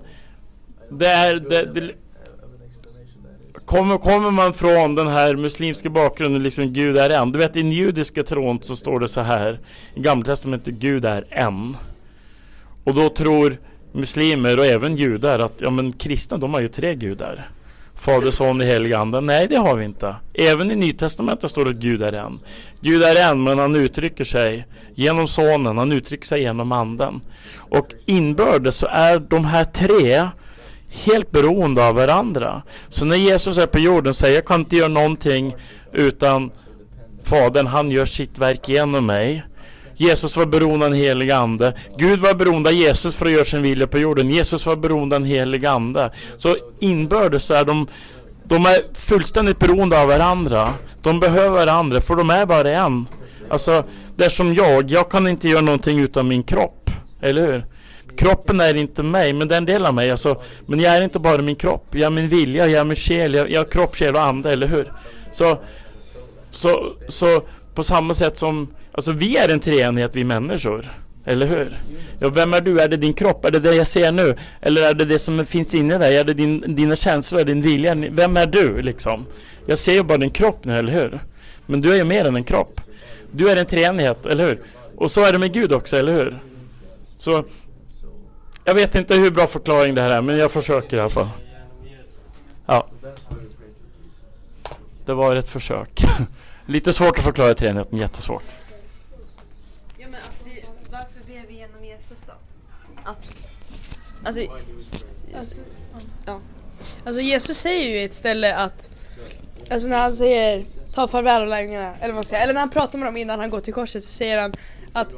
Kommer man från den här muslimska bakgrunden, liksom Gud är en. Du vet, i den judiska tron så står det så här i Gamla testamentet, Gud är en. Och då tror muslimer och även judar att ja, men kristna, de har ju 3 gudar. Fader, Son och helig ande. Nej, det har vi inte. Även i Nytestamentet står det att Gud är en. Gud är en, men han uttrycker sig genom sonen, han uttrycker sig genom anden. Och inbördes så är de här 3 helt beroende av varandra. Så när Jesus är på jorden säger, jag kan inte göra någonting utan Fadern, han gör sitt verk genom mig. Jesus var beroende av en helig ande. Gud var beroende av Jesus för att göra sin vilja på jorden. Jesus var beroende av en helig ande. Så inbördes så är de är fullständigt beroende av varandra. De behöver varandra, för de är bara en. Alltså, det är som jag kan inte göra någonting utan min kropp. Eller hur? Kroppen är inte mig, men det är en del av mig. Alltså, men jag är inte bara min kropp. Jag är min vilja, jag är min själ, jag är kropp, själ och ande, eller hur? Så på samma sätt som, alltså vi är en treenighet, vi människor, eller hur? Ja, vem är du? Är det din kropp? Är det det jag ser nu? Eller är det det som finns inne där? Är det dina känslor, din vilja? Vem är du liksom? Jag ser ju bara din kropp nu, eller hur? Men du är ju mer än en kropp. Du är en treenighet, eller hur? Och så är det med Gud också, eller hur? Så jag vet inte hur bra förklaring det här är, men jag försöker i alla fall. Ja. Det var ett försök. Lite svårt att förklara treenigheten, jättesvårt. Ja, men varför ber vi genom Jesus då? Alltså Jesus säger ju i ett ställe att, alltså när han säger ta farväl av lärjungarna, eller vad säger, eller när han pratar med dem innan han går till korset, så säger han att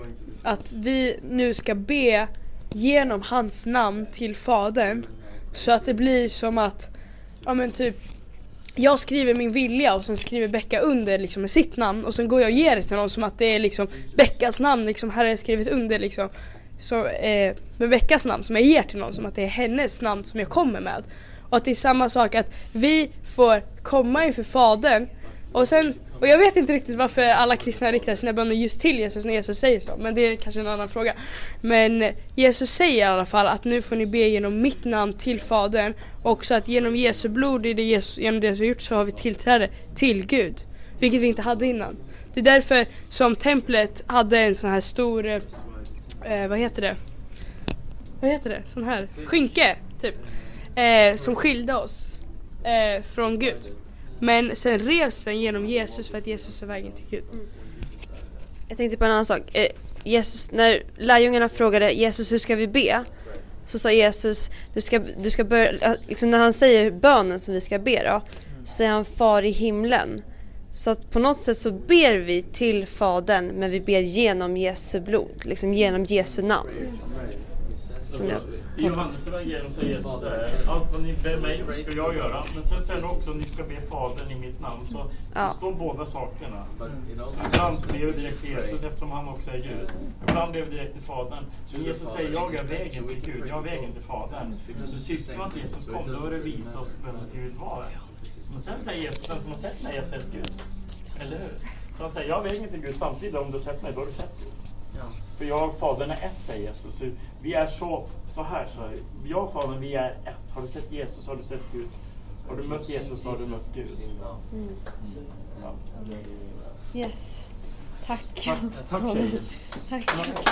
att vi nu ska be genom hans namn till Fadern. Så att det blir som att, ja men typ, jag skriver min vilja och sen skriver Becka under liksom med sitt namn. Och sen går jag och ger det till någon som att det är liksom Beckas namn, liksom här har jag skrivit under liksom. Så, med Beckas namn som jag ger till någon som att det är hennes namn som jag kommer med. Och att det är samma sak att vi får komma inför Fadern. Och jag vet inte riktigt varför alla kristna riktar sina böner just till Jesus när Jesus säger så. Men det är kanske en annan fråga. Men Jesus säger i alla fall att nu får ni be genom mitt namn till Fadern. Och så att genom Jesu blod, genom det Jesus har gjort, så har vi tillträde till Gud. Vilket vi inte hade innan. Det är därför som templet hade en sån här stor, vad heter det? Sån här skynke typ. Som skilde oss från Gud. Men sen revs den genom Jesus för att Jesus är vägen till Gud. Jag tänkte på en annan sak. Jesus, när lärjungarna frågade Jesus hur ska vi be, så sa Jesus du ska börja, liksom när han säger bönen som vi ska be då, så säger han far i himlen. Så att på något sätt så ber vi till Fadern, men vi ber genom Jesu blod, liksom genom Jesu namn. Som jag I Johannes evangelium säger Jesus så här: allt vad ni ber mig ska jag göra. Men sen säger det också att ni ska be Fadern i mitt namn. Så det står båda sakerna. Ibland ber vi direkt till Jesus eftersom han också är Gud. Ibland ber vi direkt till Fadern. Så Jesus säger jag är vägen till Gud, jag är vägen till Fadern. Så syftar man att Jesus kom, då är det visa oss vem Gud var. Men sen säger Jesus, den som har sett mig har sett Gud. Eller hur? Så han säger jag är vägen till Gud, samtidigt om du har sett mig, då har du sett Gud. För jag och Fadern är ett, säger Jesus. Så vi är så här. Så jag och Fadern, vi är ett. Har du sett Jesus, har du sett Gud. Har du mött Jesus, har du mött Gud. Ja. Yes. Tack. Tack tjejer. Tack.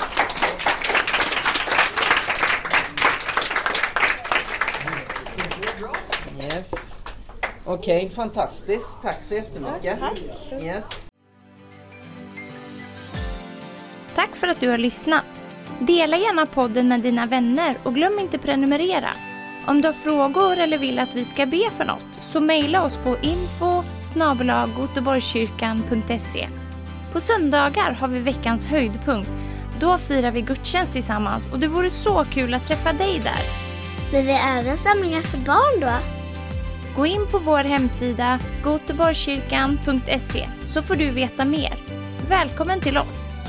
Yes. Okej, fantastiskt. Tack så jättemycket. Yes. Tack för att du har lyssnat. Dela gärna podden med dina vänner och glöm inte prenumerera. Om du har frågor eller vill att vi ska be för något, så mejla oss på info@goteborgskyrkan.se. På söndagar har vi veckans höjdpunkt. Då firar vi gudstjänst tillsammans och det vore så kul att träffa dig där. Men vi har även samlingar för barn då? Gå in på vår hemsida goteborgskyrkan.se så får du veta mer. Välkommen till oss!